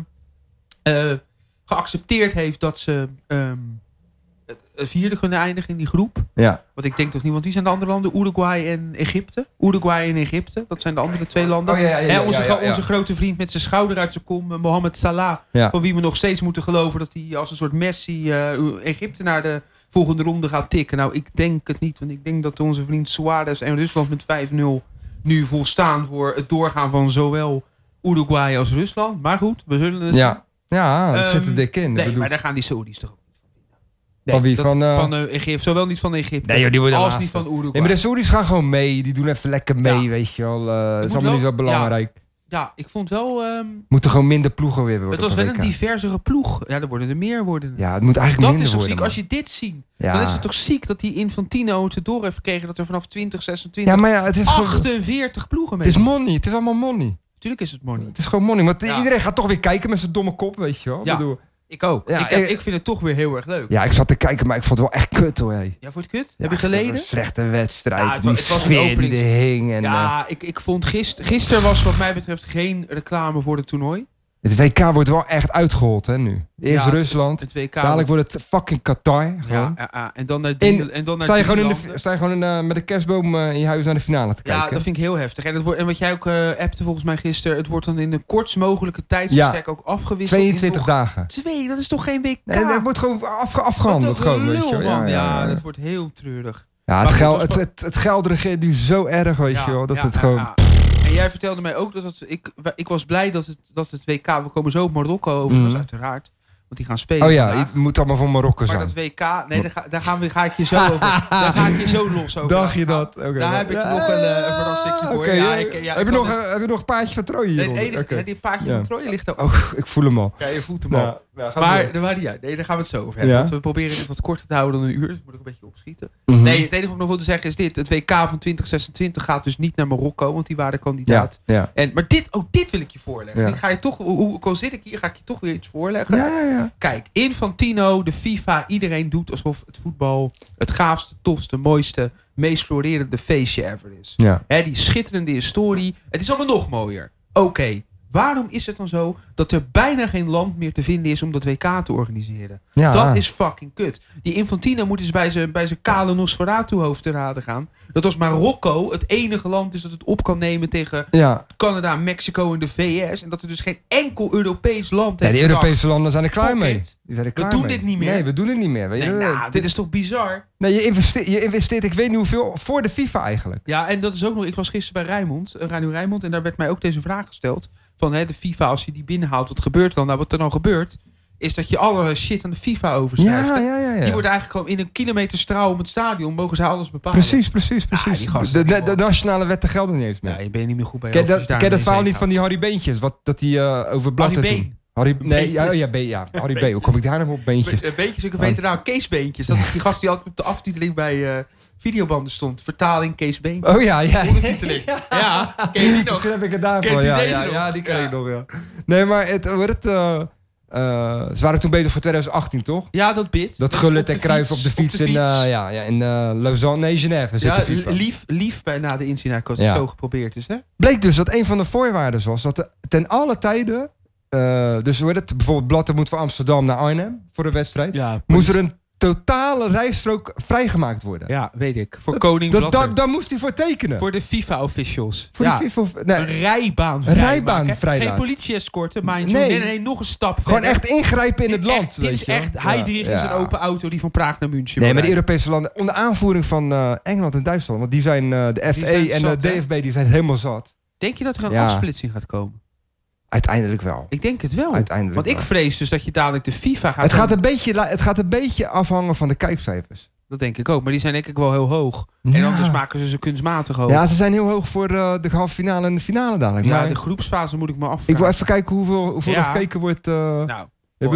[SPEAKER 1] eh, geaccepteerd heeft dat ze ehm, het het vierde kunnen eindigen in die groep.
[SPEAKER 2] ja.
[SPEAKER 1] Want ik denk toch niet, want wie zijn de andere landen? Uruguay en Egypte. Uruguay en Egypte, dat zijn de andere twee landen.
[SPEAKER 2] Oh, ja, ja, ja,
[SPEAKER 1] Hè, onze,
[SPEAKER 2] ja, ja, ja.
[SPEAKER 1] onze grote vriend met zijn schouder uit zijn kom, Mohamed Salah.
[SPEAKER 2] Ja.
[SPEAKER 1] Van wie we nog steeds moeten geloven dat hij als een soort Messi eh, Egypte naar de volgende ronde gaat tikken. Nou, ik denk het niet. Want ik denk dat onze vriend Suarez en Rusland met vijf nul nu volstaan voor het doorgaan van zowel Uruguay als Rusland. Maar goed, we zullen het
[SPEAKER 2] Ja, ja dat
[SPEAKER 1] Ehm,
[SPEAKER 2] zit er dik in. Ik
[SPEAKER 1] Nee,
[SPEAKER 2] bedoel-
[SPEAKER 1] maar daar gaan die Saudis toch ook niet van winnen. Nee,
[SPEAKER 2] Van wie?
[SPEAKER 1] dat-
[SPEAKER 2] Van, eh,
[SPEAKER 1] van eh, Egypte. Zowel niet van Egypte
[SPEAKER 2] Nee, joh, die worden
[SPEAKER 1] als
[SPEAKER 2] laatste.
[SPEAKER 1] niet van Uruguay.
[SPEAKER 2] Nee, maar de Saudis gaan gewoon mee. Die doen even lekker mee,
[SPEAKER 1] Ja.
[SPEAKER 2] weet je wel. Eh, dat is
[SPEAKER 1] moet
[SPEAKER 2] allemaal
[SPEAKER 1] wel-
[SPEAKER 2] niet zo belangrijk.
[SPEAKER 1] Ja, ik vond wel... ehm,
[SPEAKER 2] Moeten gewoon minder ploegen weer worden.
[SPEAKER 1] het was
[SPEAKER 2] op
[SPEAKER 1] wel
[SPEAKER 2] een
[SPEAKER 1] een
[SPEAKER 2] W K.
[SPEAKER 1] diversere ploeg. Ja, er worden er meer worden. er.
[SPEAKER 2] Ja, het moet eigenlijk
[SPEAKER 1] Dat
[SPEAKER 2] minder
[SPEAKER 1] is toch
[SPEAKER 2] worden.
[SPEAKER 1] ziek.
[SPEAKER 2] man.
[SPEAKER 1] Als je dit ziet,
[SPEAKER 2] Ja.
[SPEAKER 1] dan is het toch ziek dat die Infantino het door heeft gekregen dat er vanaf twintig zesentwintig
[SPEAKER 2] Ja, maar ja, het is gewoon...
[SPEAKER 1] achtenveertig ploegen mee.
[SPEAKER 2] Het is money. Het is allemaal money.
[SPEAKER 1] Natuurlijk is het money.
[SPEAKER 2] Het is gewoon money. Want
[SPEAKER 1] Ja.
[SPEAKER 2] iedereen gaat toch weer kijken met zijn domme kop, weet je wel.
[SPEAKER 1] Ja.
[SPEAKER 2] Ik bedoel,
[SPEAKER 1] Ik ook.
[SPEAKER 2] Ja,
[SPEAKER 1] ik, heb-
[SPEAKER 2] ik-
[SPEAKER 1] ik vind het toch weer heel erg leuk.
[SPEAKER 2] ja, ik zat te kijken, maar ik vond het wel echt kut hoor. Hey.
[SPEAKER 1] Ja, vond je het kut?
[SPEAKER 2] Ja,
[SPEAKER 1] heb je
[SPEAKER 2] het was
[SPEAKER 1] geleden?
[SPEAKER 2] Een slechte wedstrijd.
[SPEAKER 1] Ja, het
[SPEAKER 2] die
[SPEAKER 1] was- het was een
[SPEAKER 2] sfeer die
[SPEAKER 1] openings-
[SPEAKER 2] er hing. En, eh,
[SPEAKER 1] Ja, ik, ik vond gisteren... Gisteren was wat mij betreft geen reclame voor het toernooi.
[SPEAKER 2] het W K wordt wel echt uitgehold, hè, nu. Eerst
[SPEAKER 1] Ja, het-
[SPEAKER 2] Rusland.
[SPEAKER 1] Het, het W K.
[SPEAKER 2] Dadelijk wordt het fucking Qatar.
[SPEAKER 1] ja,
[SPEAKER 2] Gewoon.
[SPEAKER 1] ja, ja, en dan naar
[SPEAKER 2] In-
[SPEAKER 1] drie, en dan naar
[SPEAKER 2] Sta je
[SPEAKER 1] drie
[SPEAKER 2] gewoon, in de,
[SPEAKER 1] landen.
[SPEAKER 2] sta je gewoon in, eh, met een kerstboom eh, in je huis naar de finale te
[SPEAKER 1] Ja,
[SPEAKER 2] kijken?
[SPEAKER 1] dat vind ik heel heftig. En, het wordt, en wat jij ook eh appte volgens mij gisteren... het wordt dan in de kortst mogelijke tijdsbestek ook afgewisseld. in
[SPEAKER 2] tweeëntwintig
[SPEAKER 1] nog
[SPEAKER 2] dagen.
[SPEAKER 1] Twee, dat is toch geen W K?
[SPEAKER 2] Nee, dat wordt gewoon afge afgehandeld.
[SPEAKER 1] Wat een
[SPEAKER 2] Gewoon, weet je
[SPEAKER 1] lul,
[SPEAKER 2] wel.
[SPEAKER 1] man. Ja,
[SPEAKER 2] ja.
[SPEAKER 1] dat wordt heel treurig.
[SPEAKER 2] Ja,
[SPEAKER 1] Maar
[SPEAKER 2] het,
[SPEAKER 1] goed,
[SPEAKER 2] geld,
[SPEAKER 1] dat
[SPEAKER 2] het,
[SPEAKER 1] is
[SPEAKER 2] het, het geld regeert nu zo erg, weet
[SPEAKER 1] Ja,
[SPEAKER 2] je wel. Dat
[SPEAKER 1] ja,
[SPEAKER 2] het
[SPEAKER 1] ja,
[SPEAKER 2] gewoon...
[SPEAKER 1] ja. En jij vertelde mij ook dat het... Ik, ik was blij dat het, dat het W K... We komen zo op Marokko over,
[SPEAKER 2] Mhm.
[SPEAKER 1] dat is uiteraard. Want die gaan spelen
[SPEAKER 2] Oh ja,
[SPEAKER 1] vandaag.
[SPEAKER 2] het moet allemaal van Marokko
[SPEAKER 1] Maar
[SPEAKER 2] zijn.
[SPEAKER 1] dat W K... Nee, daar ga, daar gaan we, ga ik je zo over... daar ga ik je zo los over.
[SPEAKER 2] Dacht je
[SPEAKER 1] laten
[SPEAKER 2] dat? Oké,
[SPEAKER 1] Daar
[SPEAKER 2] dan-
[SPEAKER 1] heb ik
[SPEAKER 2] Ja,
[SPEAKER 1] nog een, eh, een verrassingje voor.
[SPEAKER 2] oké,
[SPEAKER 1] Ja,
[SPEAKER 2] ja.
[SPEAKER 1] ik- ja,
[SPEAKER 2] heb,
[SPEAKER 1] ik
[SPEAKER 2] je
[SPEAKER 1] kan
[SPEAKER 2] nog,
[SPEAKER 1] het-
[SPEAKER 2] een- heb je nog een paardje van Troje
[SPEAKER 1] Nee,
[SPEAKER 2] hieronder?
[SPEAKER 1] het enige...
[SPEAKER 2] Oké.
[SPEAKER 1] hè, die paardje
[SPEAKER 2] Ja.
[SPEAKER 1] van Troje ligt ook.
[SPEAKER 2] Oh, ik voel hem al.
[SPEAKER 1] Ja, je voelt hem al.
[SPEAKER 2] Ja, ja, ga
[SPEAKER 1] Maar
[SPEAKER 2] door.
[SPEAKER 1] daar waren die uit. Nee, daar gaan we het zo over hebben.
[SPEAKER 2] Ja.
[SPEAKER 1] Want we proberen dit wat korter te houden dan een uur. Dus moet ik een beetje opschieten.
[SPEAKER 2] Mhm.
[SPEAKER 1] Nee, het enige wat ik nog wilde zeggen is dit. Het W K van twintig zesentwintig gaat dus niet naar Marokko. Want die waren kandidaat.
[SPEAKER 2] Ja, ja.
[SPEAKER 1] En, maar dit, ook dit wil ik je voorleggen.
[SPEAKER 2] Ja.
[SPEAKER 1] Ik ga je toch, hoe, hoe hoe zit ik hier, ga ik je toch weer iets voorleggen.
[SPEAKER 2] Ja, ja, ja.
[SPEAKER 1] Kijk, Infantino, de FIFA, iedereen doet alsof het voetbal het gaafste, tofste, mooiste, meest florerende feestje ever is.
[SPEAKER 2] Ja.
[SPEAKER 1] Hè, die schitterende historie. Het is allemaal nog mooier. Oké, waarom is het dan zo dat er bijna geen land meer te vinden is om dat W K te organiseren?
[SPEAKER 2] Ja.
[SPEAKER 1] Dat is fucking kut. Die Infantino moet eens bij zijn bij zijn kale Nosferatu hoofd te raden gaan. Dat als Marokko het enige land is dat het op kan nemen tegen
[SPEAKER 2] Ja.
[SPEAKER 1] Canada, Mexico en de V S. En dat er dus geen enkel Europees land
[SPEAKER 2] Ja,
[SPEAKER 1] heeft
[SPEAKER 2] die
[SPEAKER 1] gedacht,
[SPEAKER 2] Europese landen zijn er klaar
[SPEAKER 1] fuck
[SPEAKER 2] mee.
[SPEAKER 1] it.
[SPEAKER 2] Die zijn er
[SPEAKER 1] We
[SPEAKER 2] klaar
[SPEAKER 1] doen
[SPEAKER 2] mee.
[SPEAKER 1] dit niet meer.
[SPEAKER 2] Nee, we doen het niet meer. Weet
[SPEAKER 1] Nee,
[SPEAKER 2] je?
[SPEAKER 1] nou, dit is toch bizar?
[SPEAKER 2] Nee, je investeert, je investeert, ik weet niet hoeveel, voor de FIFA eigenlijk.
[SPEAKER 1] Ja, en dat is ook nog... Ik was gisteren bij Rijnmond, eh, Radio Rijnmond. En daar werd mij ook deze vraag gesteld. Van hè, de FIFA, als je die binnenhaalt, wat gebeurt er dan? Nou, wat er dan gebeurt, is dat je alle shit aan de FIFA overschrijft.
[SPEAKER 2] Ja,
[SPEAKER 1] hè?
[SPEAKER 2] ja, ja. ja.
[SPEAKER 1] Die wordt eigenlijk gewoon in een kilometer straal om het stadion, mogen ze alles bepalen.
[SPEAKER 2] Precies, precies, precies.
[SPEAKER 1] die gasten
[SPEAKER 2] de,
[SPEAKER 1] hebben
[SPEAKER 2] de, de nationale wetten gelden niet eens meer.
[SPEAKER 1] Ja, je bent niet meer goed bij je
[SPEAKER 2] ken
[SPEAKER 1] hoofd,
[SPEAKER 2] dat,
[SPEAKER 1] dus
[SPEAKER 2] ken
[SPEAKER 1] daar
[SPEAKER 2] dat verhaal
[SPEAKER 1] ineens
[SPEAKER 2] niet van die Harry Beentjes? Wat, dat hij uh, over blad
[SPEAKER 1] Harry
[SPEAKER 2] toen.
[SPEAKER 1] Been.
[SPEAKER 2] Harry, nee, ja,
[SPEAKER 1] Beentjes.
[SPEAKER 2] ja, Be, ja, Harry B. Hoe kom ik daar nog op? Beentjes.
[SPEAKER 1] Be- Een beetje ook een beter naam. Kees Beentjes. Dat is die gast die altijd op de aftiteling bij uh, videobanden stond. Vertaling Kees Beentjes.
[SPEAKER 2] Oh ja, ja.
[SPEAKER 1] Ondertiteling. Ja, ken je die nog?
[SPEAKER 2] Misschien heb ik het daarvoor.
[SPEAKER 1] Kent u
[SPEAKER 2] Ja,
[SPEAKER 1] deze
[SPEAKER 2] ja,
[SPEAKER 1] nog?
[SPEAKER 2] ja, die ken
[SPEAKER 1] Ja.
[SPEAKER 2] ik nog, ja. Nee, maar het, hoe heet het, uh, uh, ze waren toen bezig voor twintig achttien, toch?
[SPEAKER 1] Ja, dat bit.
[SPEAKER 2] Dat
[SPEAKER 1] Met-
[SPEAKER 2] Gullit
[SPEAKER 1] op de
[SPEAKER 2] en Cruijff op
[SPEAKER 1] fiets,
[SPEAKER 2] de fiets in, uh, ja, ja, in uh, Lausanne, nee, Genève. Zit
[SPEAKER 1] Ja,
[SPEAKER 2] de FIFA.
[SPEAKER 1] lief, lief bij na de incident als
[SPEAKER 2] Ja.
[SPEAKER 1] het zo geprobeerd is, hè?
[SPEAKER 2] Bleek dus dat een van de voorwaarden was dat er ten alle tijden, uh, dus hoe heet het, bijvoorbeeld Blatter moet van Amsterdam naar Arnhem voor een wedstrijd,
[SPEAKER 1] Ja,
[SPEAKER 2] moest er een totale rijstrook vrijgemaakt worden.
[SPEAKER 1] Ja, weet ik. Voor koning
[SPEAKER 2] Dat,
[SPEAKER 1] Blatter.
[SPEAKER 2] daar, daar moest hij voor tekenen.
[SPEAKER 1] Voor de FIFA-officials.
[SPEAKER 2] Voor
[SPEAKER 1] ja.
[SPEAKER 2] de FIFA. Nee,
[SPEAKER 1] Een rijbaan
[SPEAKER 2] Een
[SPEAKER 1] vrijmaken.
[SPEAKER 2] rijbaan
[SPEAKER 1] Geen
[SPEAKER 2] vrijlaten.
[SPEAKER 1] politie-escorte, mind you.
[SPEAKER 2] Nee.
[SPEAKER 1] Nee, nee, nee, nog een stap
[SPEAKER 2] gewoon
[SPEAKER 1] verder.
[SPEAKER 2] echt ingrijpen in
[SPEAKER 1] Dit
[SPEAKER 2] het
[SPEAKER 1] echt-
[SPEAKER 2] land.
[SPEAKER 1] Dit
[SPEAKER 2] weet
[SPEAKER 1] is
[SPEAKER 2] je wel.
[SPEAKER 1] echt
[SPEAKER 2] Ja,
[SPEAKER 1] Heidrich in
[SPEAKER 2] ja.
[SPEAKER 1] zijn open auto die van Praag naar München
[SPEAKER 2] Nee,
[SPEAKER 1] wil
[SPEAKER 2] maar die
[SPEAKER 1] rijden.
[SPEAKER 2] Europese landen, onder aanvoering van uh, Engeland en Duitsland, want die zijn uh, de F
[SPEAKER 1] Die
[SPEAKER 2] A
[SPEAKER 1] zijn
[SPEAKER 2] en
[SPEAKER 1] zat,
[SPEAKER 2] de
[SPEAKER 1] hè?
[SPEAKER 2] D F B, die zijn helemaal zat.
[SPEAKER 1] Denk je dat er een
[SPEAKER 2] Ja.
[SPEAKER 1] afsplitsing gaat komen?
[SPEAKER 2] Uiteindelijk wel.
[SPEAKER 1] Ik denk het wel.
[SPEAKER 2] Uiteindelijk
[SPEAKER 1] Want ik
[SPEAKER 2] wel.
[SPEAKER 1] vrees dus dat je dadelijk de FIFA gaat...
[SPEAKER 2] Het gaat, een beetje, la- het gaat een beetje afhangen van de kijkcijfers.
[SPEAKER 1] Dat denk ik ook. Maar die zijn denk ik wel heel hoog. En
[SPEAKER 2] Ja.
[SPEAKER 1] anders maken ze ze kunstmatig hoog.
[SPEAKER 2] Ja, ze zijn heel hoog voor uh, de halve finale en de finale dadelijk.
[SPEAKER 1] Ja,
[SPEAKER 2] maar
[SPEAKER 1] de groepsfase moet ik me afvragen.
[SPEAKER 2] ik wil even kijken hoeveel, hoeveel
[SPEAKER 1] Ja.
[SPEAKER 2] er gekeken wordt. Uh,
[SPEAKER 1] Nou,
[SPEAKER 2] ik bedoel,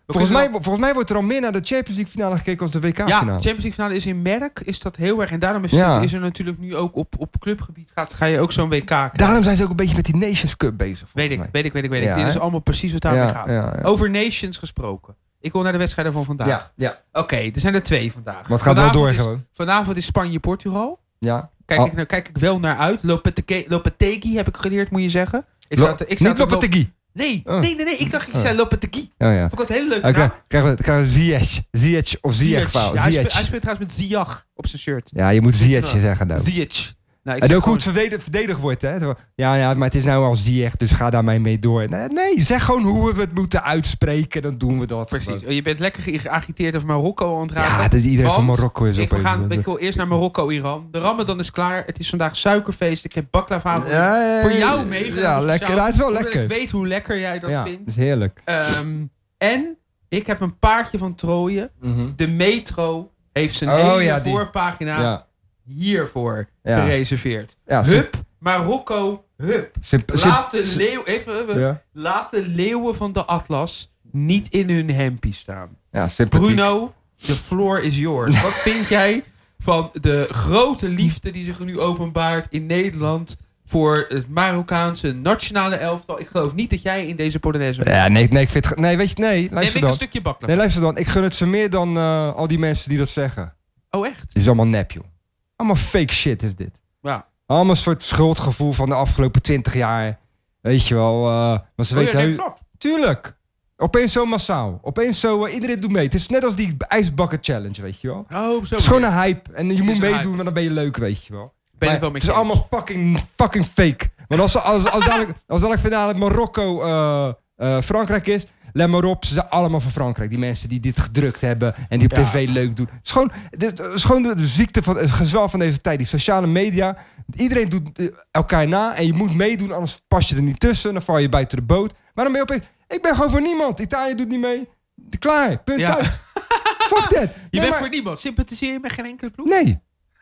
[SPEAKER 2] Volgens mij, volgens mij wordt er al meer naar de Champions League finale gekeken als de W K-finale.
[SPEAKER 1] Ja, de Champions League finale is in Merk. Is dat heel erg. En daarom is,
[SPEAKER 2] Ja.
[SPEAKER 1] het, is er natuurlijk nu ook op, op clubgebied gaat, ga je ook zo'n W K krijgen.
[SPEAKER 2] Daarom zijn ze ook een beetje met die Nations Cup bezig.
[SPEAKER 1] Weet ik,
[SPEAKER 2] mij.
[SPEAKER 1] weet ik, weet ik, weet ik.
[SPEAKER 2] Ja,
[SPEAKER 1] Dit is
[SPEAKER 2] hè?
[SPEAKER 1] allemaal precies wat daarmee
[SPEAKER 2] Ja,
[SPEAKER 1] gaat.
[SPEAKER 2] ja, ja.
[SPEAKER 1] Over Nations gesproken. Ik wil naar de wedstrijden van vandaag.
[SPEAKER 2] Ja, ja.
[SPEAKER 1] Oké, okay, er zijn er twee vandaag.
[SPEAKER 2] Wat gaat wel door
[SPEAKER 1] is,
[SPEAKER 2] gewoon?
[SPEAKER 1] Vanavond is Spanje-Portugal.
[SPEAKER 2] Ja.
[SPEAKER 1] Kijk,
[SPEAKER 2] Oh.
[SPEAKER 1] ik, nou, kijk ik wel naar uit. Lopetegi, Lopetegi heb ik geleerd, moet je zeggen. Ik
[SPEAKER 2] Lo-
[SPEAKER 1] zat, ik zat
[SPEAKER 2] Niet Lopetegui.
[SPEAKER 1] Nee,
[SPEAKER 2] Oh.
[SPEAKER 1] nee, nee, nee. Ik dacht, ik zei Lopetegi.
[SPEAKER 2] Oh ja.
[SPEAKER 1] Vond ik wat een hele leuke
[SPEAKER 2] Dan
[SPEAKER 1] naam.
[SPEAKER 2] krijgen krijgen we, krijgen we Ziyech. Ziyech of Ziyech.
[SPEAKER 1] Ziyech. Ja, hij, speelt, hij
[SPEAKER 2] Ziyech.
[SPEAKER 1] speelt trouwens met Ziyech op zijn shirt.
[SPEAKER 2] Ja, je moet Ziyech
[SPEAKER 1] wel.
[SPEAKER 2] zeggen nou.
[SPEAKER 1] Ziyech. Nou, ik
[SPEAKER 2] En
[SPEAKER 1] zeg
[SPEAKER 2] ook hoe
[SPEAKER 1] gewoon-
[SPEAKER 2] het verdedigd, verdedigd wordt, hè? Ja, ja, maar het is nou al Ziyech, dus ga daarmee mee door. Nee, nee, zeg gewoon hoe we het moeten uitspreken, dan doen we dat.
[SPEAKER 1] Precies.
[SPEAKER 2] gewoon.
[SPEAKER 1] Je bent lekker geagiteerd over Marokko aan het raken.
[SPEAKER 2] Ja, dus iedereen van
[SPEAKER 1] Want
[SPEAKER 2] Marokko is
[SPEAKER 1] ik,
[SPEAKER 2] op.
[SPEAKER 1] we gaan, ik wil eerst naar Marokko-Iran. De Ramadan is klaar. Het is vandaag suikerfeest. Ik heb baklava voor jou meegenomen.
[SPEAKER 2] Ja, lekker. Dat is wel
[SPEAKER 1] Omdat
[SPEAKER 2] lekker.
[SPEAKER 1] Ik weet hoe lekker jij dat
[SPEAKER 2] Ja, dat
[SPEAKER 1] vindt.
[SPEAKER 2] is heerlijk.
[SPEAKER 1] Ehm, en ik heb een paardje van Troje.
[SPEAKER 2] Mhm.
[SPEAKER 1] De Metro heeft zijn
[SPEAKER 2] Oh,
[SPEAKER 1] hele
[SPEAKER 2] ja, die.
[SPEAKER 1] voorpagina
[SPEAKER 2] Ja,
[SPEAKER 1] hiervoor
[SPEAKER 2] ja.
[SPEAKER 1] gereserveerd.
[SPEAKER 2] Ja,
[SPEAKER 1] Hup, Marokko, hup.
[SPEAKER 2] Simp- simp-
[SPEAKER 1] Laat de, leeuw, even, even,
[SPEAKER 2] Ja,
[SPEAKER 1] laat de leeuwen van de Atlas niet in hun hempie staan.
[SPEAKER 2] ja, sympathiek.
[SPEAKER 1] Bruno, the floor is yours. Wat vind jij van de grote liefde die zich nu openbaart in Nederland voor het Marokkaanse nationale elftal? Ik geloof niet dat jij in deze Polonaise bent.
[SPEAKER 2] Ja, nee, nee, ik vind het... ge- Nee, weet je, nee,
[SPEAKER 1] Neem
[SPEAKER 2] luister
[SPEAKER 1] ik een
[SPEAKER 2] dan.
[SPEAKER 1] stukje baklava.
[SPEAKER 2] Nee, luister dan. Ik gun het ze meer dan eh, al die mensen die dat zeggen.
[SPEAKER 1] Oh, echt?
[SPEAKER 2] Het is allemaal nep, joh. Allemaal fake shit is dit.
[SPEAKER 1] Ja.
[SPEAKER 2] Allemaal een soort schuldgevoel van de afgelopen twintig jaar. Weet je wel. eh maar ze
[SPEAKER 1] Oh, ja,
[SPEAKER 2] weten
[SPEAKER 1] nee,
[SPEAKER 2] heel-
[SPEAKER 1] klopt.
[SPEAKER 2] Tuurlijk. Opeens zo massaal. Opeens zo... eh, iedereen doet mee. Het is net als die ijsbakken challenge, weet je wel.
[SPEAKER 1] Oh, zo.
[SPEAKER 2] Het is gewoon een hype. En je
[SPEAKER 1] is
[SPEAKER 2] moet
[SPEAKER 1] een
[SPEAKER 2] meedoen,
[SPEAKER 1] hype.
[SPEAKER 2] want dan ben je leuk, weet je wel.
[SPEAKER 1] Ben
[SPEAKER 2] Maar
[SPEAKER 1] ik wel mee
[SPEAKER 2] het is
[SPEAKER 1] eens.
[SPEAKER 2] allemaal fucking, fucking fake. Want als, als, als, dadelijk, als dadelijk finale Marokko eh, eh, Frankrijk is... Let maar op, ze zijn allemaal van Frankrijk. Die mensen die dit gedrukt hebben en die op
[SPEAKER 1] Ja.
[SPEAKER 2] tv leuk doen. Het is gewoon, dit is gewoon de, de ziekte van het gezwel van deze tijd. Die sociale media. Iedereen doet eh, elkaar na en je moet meedoen, anders pas je er niet tussen. Dan val je buiten de boot. Maar dan ben je opeens... Ik ben gewoon voor niemand. Italië doet niet mee. Klaar, punt
[SPEAKER 1] Ja.
[SPEAKER 2] uit. Fuck that.
[SPEAKER 1] Je
[SPEAKER 2] Nee,
[SPEAKER 1] bent
[SPEAKER 2] maar-
[SPEAKER 1] voor niemand. Sympathiseer je met geen enkele ploeg?
[SPEAKER 2] Nee.